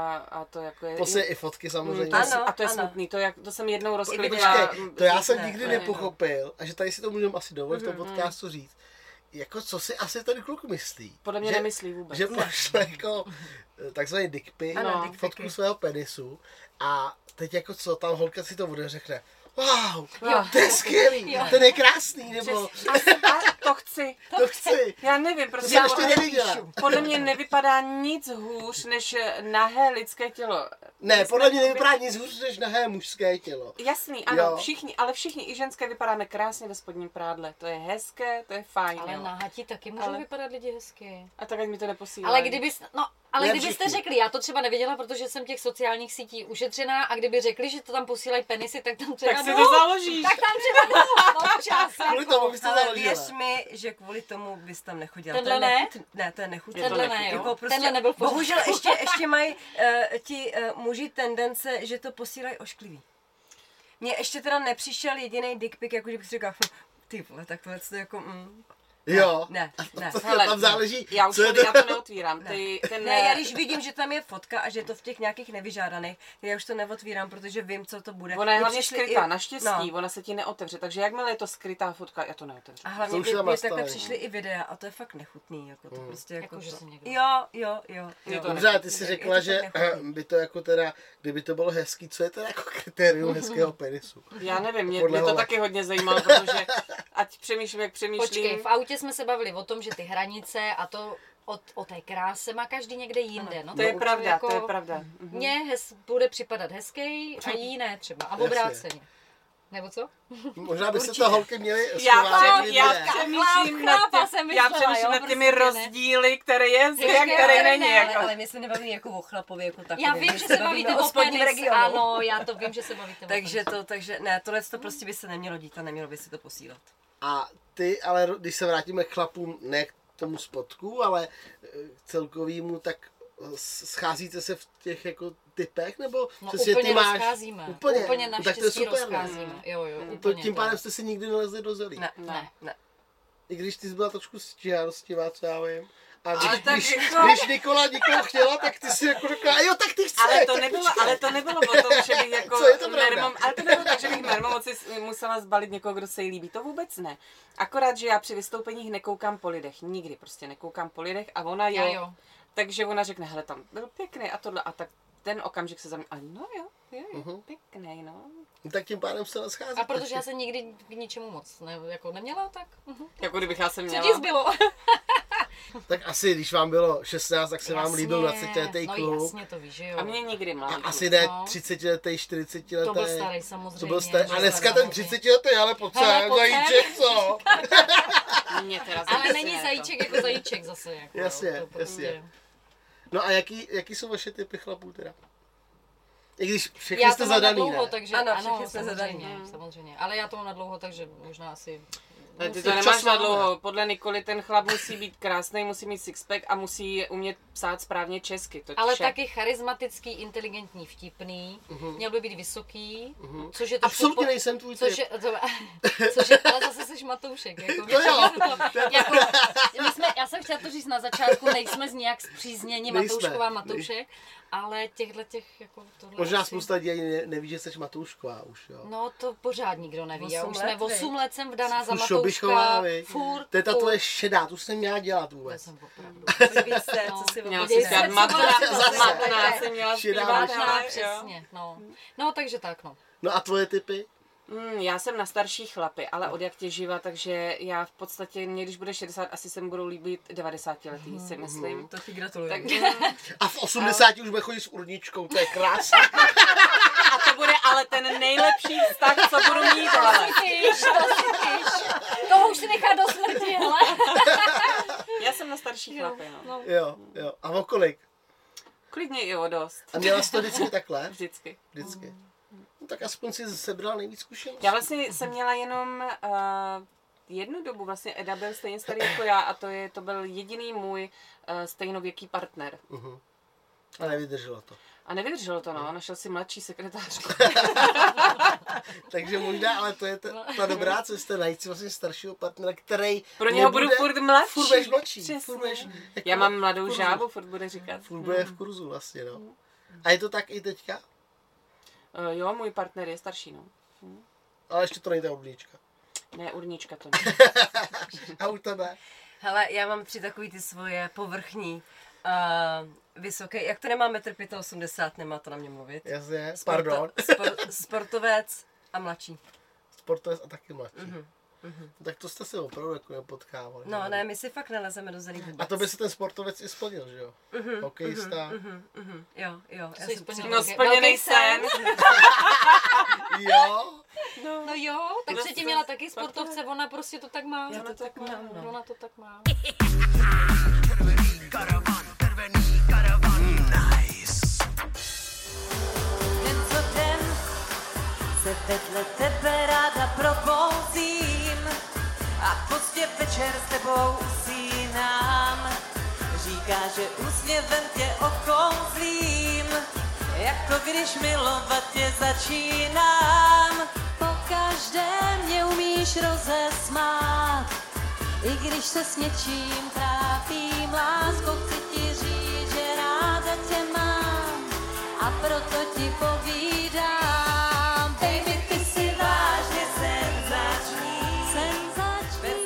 [SPEAKER 3] a to jako je...
[SPEAKER 2] Posledně i fotky
[SPEAKER 3] Mm,
[SPEAKER 2] samozřejmě.
[SPEAKER 3] to je,
[SPEAKER 5] Ano,
[SPEAKER 3] a to je
[SPEAKER 5] ano.
[SPEAKER 3] smutný, to, jak, to jsem jednou
[SPEAKER 2] Počkej,
[SPEAKER 3] rozklikla.
[SPEAKER 2] to já jsem
[SPEAKER 5] ne,
[SPEAKER 2] nikdy
[SPEAKER 5] ne,
[SPEAKER 2] nepochopil, a že tady si to můžeme asi dovolit v tom podcastu říct. Jako co si asi ten kluk myslí?
[SPEAKER 3] Podle mě
[SPEAKER 2] že,
[SPEAKER 3] nemyslí vůbec.
[SPEAKER 2] Že našel jako takzvaný dick pic,
[SPEAKER 5] Ano,
[SPEAKER 3] No.
[SPEAKER 5] dick picy.
[SPEAKER 2] fotku svého penisu a teď jako co, tam holka si to bude řekne. Wow,
[SPEAKER 3] Jo.
[SPEAKER 2] to je skvělý,
[SPEAKER 4] Jo.
[SPEAKER 2] ten je krásný, nebo
[SPEAKER 3] A, a to chci.
[SPEAKER 2] to chci.
[SPEAKER 3] Já nevím,
[SPEAKER 2] To
[SPEAKER 3] prostě
[SPEAKER 2] jsem
[SPEAKER 3] já
[SPEAKER 2] ještě neviděla.
[SPEAKER 3] podle mě nevypadá nic hůř než nahé lidské tělo.
[SPEAKER 2] Ne, podle mě nevypadá nic hůř než nahé mužské tělo.
[SPEAKER 3] Jasný, ano,
[SPEAKER 2] Jo.
[SPEAKER 3] všichni, ale všichni i ženské vypadáme krásně ve spodním prádle. To je hezké, to je fajn.
[SPEAKER 4] Ale
[SPEAKER 3] jo.
[SPEAKER 4] na hatí taky můžou
[SPEAKER 3] Ale-
[SPEAKER 4] vypadat lidi hezky.
[SPEAKER 3] A tak ať mi to neposílají.
[SPEAKER 4] Ale kdybys, no, ale
[SPEAKER 2] Ne
[SPEAKER 4] kdybyste
[SPEAKER 2] všichni.
[SPEAKER 4] řekli, já to třeba nevěděla, protože jsem těch sociálních sítí ušetřená a kdyby řekli, že to tam posílají penisy, tak tam třeba
[SPEAKER 3] Tak si
[SPEAKER 4] jdu.
[SPEAKER 3] to založíš.
[SPEAKER 4] Tak tam třeba jdu, no čas.
[SPEAKER 2] Kvůli tomu byste
[SPEAKER 5] Ale
[SPEAKER 2] založila.
[SPEAKER 5] věř mi, že kvůli tomu bys tam nechodila.
[SPEAKER 4] Tenhle
[SPEAKER 5] to je
[SPEAKER 4] ne?
[SPEAKER 5] nechut- Ne, to je nechutné.
[SPEAKER 4] Tenhle ne, jo.
[SPEAKER 5] Jako prostě,
[SPEAKER 4] Tenhle nebyl v pořádku.
[SPEAKER 5] bohužel ještě, ještě mají uh, ti uh, muži tendence, že to posílají ošklivý. Mně ještě teda nepřišel jediný dick pic, jako že bych si říkala, hm, ty vole, tak tohle to jako, mm,
[SPEAKER 2] Jo.
[SPEAKER 5] ne, ne.
[SPEAKER 3] Hele,
[SPEAKER 2] Tam záleží,
[SPEAKER 3] Já už
[SPEAKER 2] co je
[SPEAKER 3] to,
[SPEAKER 2] to-
[SPEAKER 3] já to neotvírám. Ty, ten,
[SPEAKER 5] Ne, já když vidím, že tam je fotka a že je to v těch nějakých nevyžádaných, tak já už to neotvírám, protože vím, co to bude.
[SPEAKER 3] Ona je
[SPEAKER 5] Mně
[SPEAKER 3] hlavně
[SPEAKER 5] přišly
[SPEAKER 3] skrytá,
[SPEAKER 5] i-
[SPEAKER 3] naštěstí,
[SPEAKER 5] no.
[SPEAKER 3] ona se ti neotevře, takže jakmile je to skrytá fotka, já to neotevřu.
[SPEAKER 5] A
[SPEAKER 2] To
[SPEAKER 5] hlavně
[SPEAKER 2] už
[SPEAKER 5] mě,
[SPEAKER 2] je tam
[SPEAKER 5] mě takhle
[SPEAKER 2] nastavený.
[SPEAKER 5] přišly i videa a to je fakt nechutný, jako to prostě jako,
[SPEAKER 4] Jako, že
[SPEAKER 5] to.
[SPEAKER 4] si někdo-
[SPEAKER 5] Jo, jo, jo.
[SPEAKER 3] Je
[SPEAKER 5] jo.
[SPEAKER 3] to
[SPEAKER 2] Dobře, a ty jsi
[SPEAKER 5] Je
[SPEAKER 2] řekla,
[SPEAKER 5] to
[SPEAKER 2] že
[SPEAKER 5] tak nechutný.
[SPEAKER 2] by to jako teda, kdyby to bylo hezký, co je teda jako kritérium hezkého penisu?
[SPEAKER 3] Já nevím, mě,
[SPEAKER 2] Podle
[SPEAKER 3] mě to
[SPEAKER 2] holek.
[SPEAKER 3] taky hodně zajímalo, protože ať přemýšlím, jak přemýšlím.
[SPEAKER 4] Počkej, v autě jsme se bavili o tom, že ty hranice a to o, o té kráse má každý někde jinde. No,
[SPEAKER 3] To je
[SPEAKER 4] určitě
[SPEAKER 3] pravda,
[SPEAKER 4] jako
[SPEAKER 3] to je pravda. Mhm.
[SPEAKER 4] Mně hez, bude připadat hezký a jí ne třeba. A
[SPEAKER 2] Jasně.
[SPEAKER 4] obráceně. Nebo co?
[SPEAKER 2] Možná by se to holky měly
[SPEAKER 3] Já,
[SPEAKER 2] schovávat
[SPEAKER 3] před, já
[SPEAKER 2] lidé.
[SPEAKER 3] přemýšlím
[SPEAKER 4] Chlápa
[SPEAKER 3] nad,
[SPEAKER 4] jsem
[SPEAKER 3] tě, já
[SPEAKER 4] myslela,
[SPEAKER 3] přemýšlím
[SPEAKER 4] jo,
[SPEAKER 3] nad těmi
[SPEAKER 4] prostě ne.
[SPEAKER 3] rozdíly, které je zde a
[SPEAKER 4] Ještě
[SPEAKER 3] které
[SPEAKER 4] ne,
[SPEAKER 3] není.
[SPEAKER 4] ne,
[SPEAKER 5] Ale,
[SPEAKER 3] Jako.
[SPEAKER 5] ale my se nebavíme jako o chlapovi, jako takový.
[SPEAKER 4] Já vím,
[SPEAKER 5] My
[SPEAKER 4] že se bavíte
[SPEAKER 5] bavíme
[SPEAKER 4] o
[SPEAKER 5] spodním
[SPEAKER 4] penis.
[SPEAKER 5] regionu.
[SPEAKER 4] Ano, já to vím, že se bavíte o
[SPEAKER 5] Takže
[SPEAKER 4] penis.
[SPEAKER 5] to, takže ne, tohle to prostě by se nemělo dít a nemělo by si to posílat.
[SPEAKER 2] A ty, ale když se vrátíme k chlapům, ne k tomu spodku, ale eh, k celkovýmu, tak eh, scházíte se v těch jako typech, nebo
[SPEAKER 4] No
[SPEAKER 2] přesně
[SPEAKER 4] úplně
[SPEAKER 2] ty máš
[SPEAKER 4] rozcházíme.
[SPEAKER 2] Úplně,
[SPEAKER 4] Úplně
[SPEAKER 2] No, tak to je
[SPEAKER 4] naštěstí
[SPEAKER 2] super, ne?
[SPEAKER 4] rozcházíme. Jo, jo,
[SPEAKER 2] To,
[SPEAKER 4] úplně.
[SPEAKER 2] tím
[SPEAKER 4] to.
[SPEAKER 2] pádem jste si nikdy nalezli do zelí.
[SPEAKER 5] Ne,
[SPEAKER 4] Ne.
[SPEAKER 5] ne.
[SPEAKER 2] I když ty jsi byla trošku stížádostivá, co já vím. A
[SPEAKER 3] Ale
[SPEAKER 2] když,
[SPEAKER 3] tak
[SPEAKER 2] když,
[SPEAKER 3] jako-
[SPEAKER 2] když Nikola někoho chtěla, tak ty si jako řekla, jo, tak ty chceš.
[SPEAKER 3] Ale to,
[SPEAKER 2] tak
[SPEAKER 3] nebylo,
[SPEAKER 2] počkej.
[SPEAKER 3] ale to nebylo o tom, že bych jako
[SPEAKER 2] Co je to pravda?
[SPEAKER 3] mermom, ale to nebylo tak, že bych mermomoci musela zbalit někoho, kdo se jí líbí. To vůbec ne. Akorát, že já při vystoupeních nekoukám po lidech. Nikdy prostě nekoukám po lidech a ona jo.
[SPEAKER 4] Já jo.
[SPEAKER 3] Takže ona řekne, hele, tam byl pěkný a tohle. A tak ten okamžik se za mě, a no jo, jo, jo,
[SPEAKER 2] Mhm.
[SPEAKER 3] pěkný, no.
[SPEAKER 2] Tak tím pádem se schází.
[SPEAKER 4] A protože já jsem nikdy k ničemu moc ne, jako neměla, tak mhm.
[SPEAKER 3] Jako kdybych já se
[SPEAKER 4] co
[SPEAKER 3] měla.
[SPEAKER 4] ti zbylo?
[SPEAKER 2] Tak asi, když vám bylo šestnáct, tak se vám
[SPEAKER 4] Jasně.
[SPEAKER 2] líbil dvacetiletý
[SPEAKER 4] No
[SPEAKER 2] kluk.
[SPEAKER 4] jasně, to víš, že jo.
[SPEAKER 3] A mě nikdy
[SPEAKER 2] A
[SPEAKER 3] mladý.
[SPEAKER 2] asi ne
[SPEAKER 4] No.
[SPEAKER 2] třicetiletý, čtyřicetiletý.
[SPEAKER 4] To byl starý samozřejmě.
[SPEAKER 2] To byl starý. A
[SPEAKER 4] že
[SPEAKER 2] dneska
[SPEAKER 4] starý.
[SPEAKER 2] ten třicetiletý, ale pojď
[SPEAKER 4] Hele,
[SPEAKER 2] sem,
[SPEAKER 4] pojď sem.
[SPEAKER 2] zajíček, co?
[SPEAKER 3] Mě teda
[SPEAKER 4] Ale
[SPEAKER 3] zase
[SPEAKER 4] není
[SPEAKER 3] ne, to.
[SPEAKER 4] zajíček jako zajíček zase. Jako,
[SPEAKER 2] Jasně,
[SPEAKER 4] jo, to prostě-
[SPEAKER 2] jasně. No a jaký, jaký jsou vaše typy chlapů teda? I když všechny
[SPEAKER 4] Já
[SPEAKER 2] jste
[SPEAKER 4] to mám na
[SPEAKER 2] zadaný,
[SPEAKER 4] dlouho,
[SPEAKER 2] ne?
[SPEAKER 4] takže
[SPEAKER 5] Ano,
[SPEAKER 4] ano,
[SPEAKER 5] všichni jsme
[SPEAKER 4] samozřejmě,
[SPEAKER 5] zadaní.
[SPEAKER 4] samozřejmě. Ale já to mám na dlouho, takže možná asi
[SPEAKER 3] Ale ty
[SPEAKER 2] Musí-
[SPEAKER 3] to nemáš
[SPEAKER 2] čas
[SPEAKER 3] na
[SPEAKER 2] máme.
[SPEAKER 3] dlouho. Podle Nikoly ten chlap musí být krásný, musí mít sixpack a musí umět psát správně česky. To
[SPEAKER 4] Ale
[SPEAKER 3] vše.
[SPEAKER 4] taky charismatický, inteligentní, vtipný, měl by být vysoký, což je trošku
[SPEAKER 2] Absolutně
[SPEAKER 4] po-
[SPEAKER 2] nejsem tvůj
[SPEAKER 4] Což
[SPEAKER 2] typ.
[SPEAKER 4] je, to, což je, ale zase jsi matoušek. Jako,
[SPEAKER 2] To jo.
[SPEAKER 4] to, jako, my jsme, já jsem chtěla to říct na začátku, nejsme z nějak zpřízněni
[SPEAKER 2] Nejsme.
[SPEAKER 4] Matoušková Matoušek, ale těchhle těch, jako tohle
[SPEAKER 2] Možná
[SPEAKER 4] asi-
[SPEAKER 2] spousta lidí ani ne, neví, že jsi Matoušková už, jo.
[SPEAKER 4] No to pořád nikdo neví, já
[SPEAKER 5] Osm
[SPEAKER 4] už
[SPEAKER 5] let,
[SPEAKER 4] jsme
[SPEAKER 5] viď?
[SPEAKER 4] osm let jsem vdaná za
[SPEAKER 2] Furt
[SPEAKER 4] Matouška,
[SPEAKER 2] šobichová, viď?
[SPEAKER 4] furt,
[SPEAKER 2] To je ta
[SPEAKER 4] furt.
[SPEAKER 2] tvoje šedá, tu jsem měla dělat
[SPEAKER 4] To
[SPEAKER 2] vůbec.
[SPEAKER 4] jsem opravdu.
[SPEAKER 5] Podívej se,
[SPEAKER 4] No.
[SPEAKER 5] co si
[SPEAKER 3] Měla
[SPEAKER 5] podívej
[SPEAKER 3] si
[SPEAKER 5] se,
[SPEAKER 3] dělat
[SPEAKER 5] co
[SPEAKER 3] matná,
[SPEAKER 2] zase.
[SPEAKER 3] matná si měla
[SPEAKER 2] Šedá
[SPEAKER 3] zpívat,
[SPEAKER 2] myšlenka.
[SPEAKER 3] ale jo.
[SPEAKER 4] Přesně, no. No takže tak, no.
[SPEAKER 2] No a tvoje typy?
[SPEAKER 3] Mm, já jsem na starší chlapy, ale od jak tě živa, takže já v podstatě, mě když bude šedesát, asi se mi budou líbit devadesátiletý, si myslím.
[SPEAKER 5] To ti gratuluju.
[SPEAKER 3] Tak,
[SPEAKER 2] A v osmdesáti už bude chodit s urničkou, to je krásné.
[SPEAKER 3] a to bude ale ten nejlepší vztah, co budu mít, ale.
[SPEAKER 4] Tyš, to si tyš. Toho už si nechá do smrti, hele.
[SPEAKER 3] Já jsem na starší chlapy, no.
[SPEAKER 2] Jo, jo. A o kolik?
[SPEAKER 3] Klidně i o dost.
[SPEAKER 2] A měla jsi to vždycky takhle?
[SPEAKER 3] Vždycky.
[SPEAKER 2] Vždycky. No, tak aspoň si sebral nejvíc zkušeností.
[SPEAKER 3] Já vlastně jsem měla jenom uh, jednu dobu, vlastně Eda byl stejně starý jako já a to, je, to byl jediný můj uh, stejnověký partner.
[SPEAKER 2] Uh-huh. A nevydrželo to.
[SPEAKER 3] A nevydrželo to, no, našel si mladší sekretářku.
[SPEAKER 2] Takže možná, ale to je ta, ta dobrá cesta, najít si vlastně staršího partnera, který
[SPEAKER 3] Pro něho budu
[SPEAKER 2] nebude-
[SPEAKER 3] furt mladší.
[SPEAKER 2] Furt budeš mladší.
[SPEAKER 3] Přesně.
[SPEAKER 2] Furt budeš, jako
[SPEAKER 3] Já mám mladou
[SPEAKER 2] kurzu.
[SPEAKER 3] žábu, furt bude říkat.
[SPEAKER 2] Furt bude v kurzu vlastně, no. A je to tak i teďka?
[SPEAKER 3] Uh, jo, můj partner je starší, no.
[SPEAKER 2] Ale ještě to nejde oblíčka.
[SPEAKER 3] Ne, urnička to ne.
[SPEAKER 2] A u tebe?
[SPEAKER 5] Hele, já mám tři takový ty svoje povrchní, uh, vysoké, jak to nemá metr osmdesát pět, nemá to na mě mluvit.
[SPEAKER 2] Jasně,
[SPEAKER 5] Sporto-
[SPEAKER 2] pardon.
[SPEAKER 5] Spor, sportovec a mladší.
[SPEAKER 2] Sportovec a taky mladší. Uh-huh. Uh-huh. Tak to jste se opravdu jako nepotkávali.
[SPEAKER 5] No ne, my si fakt nelezeme do zelí vůbec.
[SPEAKER 2] A to by se ten sportovec i splnil, že jo? Uh-huh. Hokejista.
[SPEAKER 5] Mhm, mhm, jo, jo. Já
[SPEAKER 4] jsi
[SPEAKER 5] jsem
[SPEAKER 4] splnil.
[SPEAKER 5] třeba-
[SPEAKER 3] No,
[SPEAKER 4] Velký
[SPEAKER 3] splněný sen.
[SPEAKER 2] Jo.
[SPEAKER 4] No jo, tak předtím měla taky sportovce, ona prostě to tak má.
[SPEAKER 5] Já to tak mám, no.
[SPEAKER 4] Ona to tak má.
[SPEAKER 1] Červený karavan, červený karavan. Nice.
[SPEAKER 7] Den co den se vedle tebe ráda probouzím a pozdě večer s tebou usínám. Říká, že úsměvem tě okouzlím, jako když milovat tě začínám. Pokaždé mě umíš rozesmát, i když se s něčím trápím. Láskou chci ti říct, že ráda tě mám a proto ti povídám. Baby, ty jsi vážně senzační, senzační.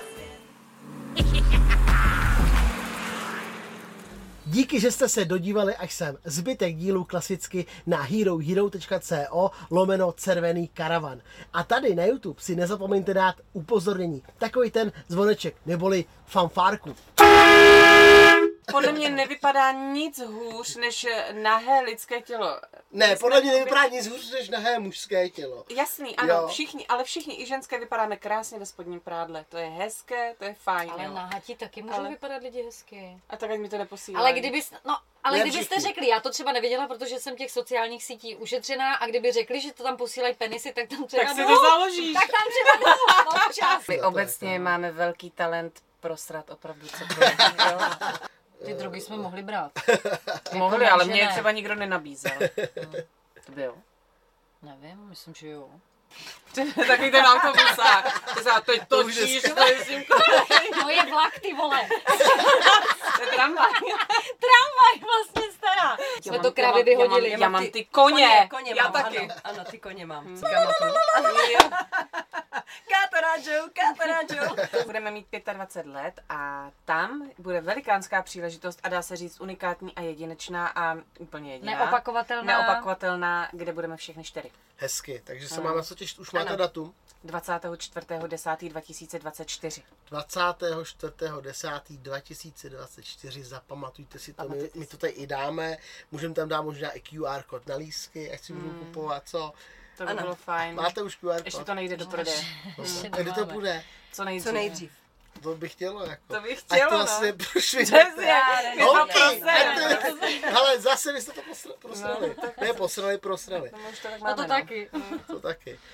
[SPEAKER 2] Díky, že jste se dodívali až sem. Zbytek dílů klasicky na herohero.co lomeno červený karavan. A tady na YouTube si nezapomeňte dát upozornění. Takový ten zvoneček, neboli fanfárku.
[SPEAKER 3] Podle mě nevypadá nic hůř než nahé lidské tělo.
[SPEAKER 2] Ne,
[SPEAKER 3] My
[SPEAKER 2] podle
[SPEAKER 3] jsme-
[SPEAKER 2] mě nevypadá nic hůř než nahé mužské tělo.
[SPEAKER 3] Jasný, ano,
[SPEAKER 2] Jo.
[SPEAKER 3] všichni, ale všichni i ženské vypadáme krásně ve spodním prádle. To je hezké, to je fajn.
[SPEAKER 4] Ale
[SPEAKER 3] jo.
[SPEAKER 4] na hati taky můžou
[SPEAKER 3] Ale-
[SPEAKER 4] vypadat lidi hezky.
[SPEAKER 3] A tak ať mi to neposílají.
[SPEAKER 4] Ale kdybys, no, ale
[SPEAKER 2] Ne
[SPEAKER 4] kdybyste
[SPEAKER 2] všichni.
[SPEAKER 4] řekli, já to třeba nevěděla, protože jsem těch sociálních sítí ušetřená, a kdyby řekli, že to tam posílají penisy, tak tam třeba
[SPEAKER 3] Tak si
[SPEAKER 4] jdu.
[SPEAKER 3] to založíš.
[SPEAKER 4] Tak tam třeba jdu, občas.
[SPEAKER 3] My
[SPEAKER 2] To- to je
[SPEAKER 3] obecně
[SPEAKER 2] to.
[SPEAKER 3] máme velký talent prosrat opravdu cokoliv. Jo?
[SPEAKER 4] Ty drogy jsme mohli brát.
[SPEAKER 3] Mohli,
[SPEAKER 4] ne,
[SPEAKER 3] ale
[SPEAKER 4] že
[SPEAKER 3] mě
[SPEAKER 4] ne.
[SPEAKER 3] třeba nikdo nenabízel. To byl.
[SPEAKER 4] Nevím, myslím, že jo.
[SPEAKER 3] Takový ten autobusák. To znamená, teď
[SPEAKER 2] To už
[SPEAKER 3] točíš,
[SPEAKER 2] dneska.
[SPEAKER 3] to je s tím
[SPEAKER 4] No je vlak, ty vole.
[SPEAKER 3] to je tramvaj.
[SPEAKER 4] Tramvaj vlastně stará. Jsme
[SPEAKER 3] mám-
[SPEAKER 4] to
[SPEAKER 3] já
[SPEAKER 4] krávy
[SPEAKER 3] mám- já mám-
[SPEAKER 4] vyhodili.
[SPEAKER 3] Já mám ty koně.
[SPEAKER 5] Koně, koně
[SPEAKER 3] Já
[SPEAKER 5] mám,
[SPEAKER 3] taky.
[SPEAKER 5] Ano, ano, ty koně mám. Z gamatu.
[SPEAKER 3] Jo.
[SPEAKER 5] Kataráčou, kataráčou.
[SPEAKER 3] Budeme mít dvacet pět let a tam bude velikánská příležitost a dá se říct unikátní a jedinečná a úplně jediná.
[SPEAKER 4] Neopakovatelná.
[SPEAKER 3] Neopakovatelná, kde budeme všechny čtyři.
[SPEAKER 2] Hezky, takže se má na co těšit. Už máte
[SPEAKER 3] Ano.
[SPEAKER 2] datum?
[SPEAKER 3] dvacátého čtvrtého desátého dva tisíce dvacet čtyři.
[SPEAKER 2] dvacátého čtvrtého desátého dva tisíce dvacet čtyři, zapamatujte si to, my,
[SPEAKER 3] Pamatujte
[SPEAKER 2] my
[SPEAKER 3] si.
[SPEAKER 2] to tady i dáme, můžeme tam dát možná i Q R kód na lístky, ať si budou
[SPEAKER 3] Hmm.
[SPEAKER 2] kupovat, co?
[SPEAKER 3] To by
[SPEAKER 5] Ano.
[SPEAKER 3] bylo fajn.
[SPEAKER 2] Máte už Q R
[SPEAKER 3] Ještě
[SPEAKER 2] kód?
[SPEAKER 3] to nejde do prodeje.
[SPEAKER 4] Ještě
[SPEAKER 2] Kdy to
[SPEAKER 4] nemáme.
[SPEAKER 2] bude?
[SPEAKER 3] Co nejdřív.
[SPEAKER 5] Co nejdřív.
[SPEAKER 2] To bych chtělo jako.
[SPEAKER 3] To bych
[SPEAKER 2] Ať
[SPEAKER 3] chtělo,
[SPEAKER 2] to
[SPEAKER 3] no.
[SPEAKER 2] vlastně prošli.
[SPEAKER 3] Přesně. My to
[SPEAKER 2] Holky,
[SPEAKER 3] prosere.
[SPEAKER 2] ať to- hele, zase vy jste to posra- prosrali. Ne, posrali, prosrali.
[SPEAKER 3] No, už to tak
[SPEAKER 4] No
[SPEAKER 3] máme,
[SPEAKER 4] to
[SPEAKER 3] no.
[SPEAKER 4] taky.
[SPEAKER 2] To taky.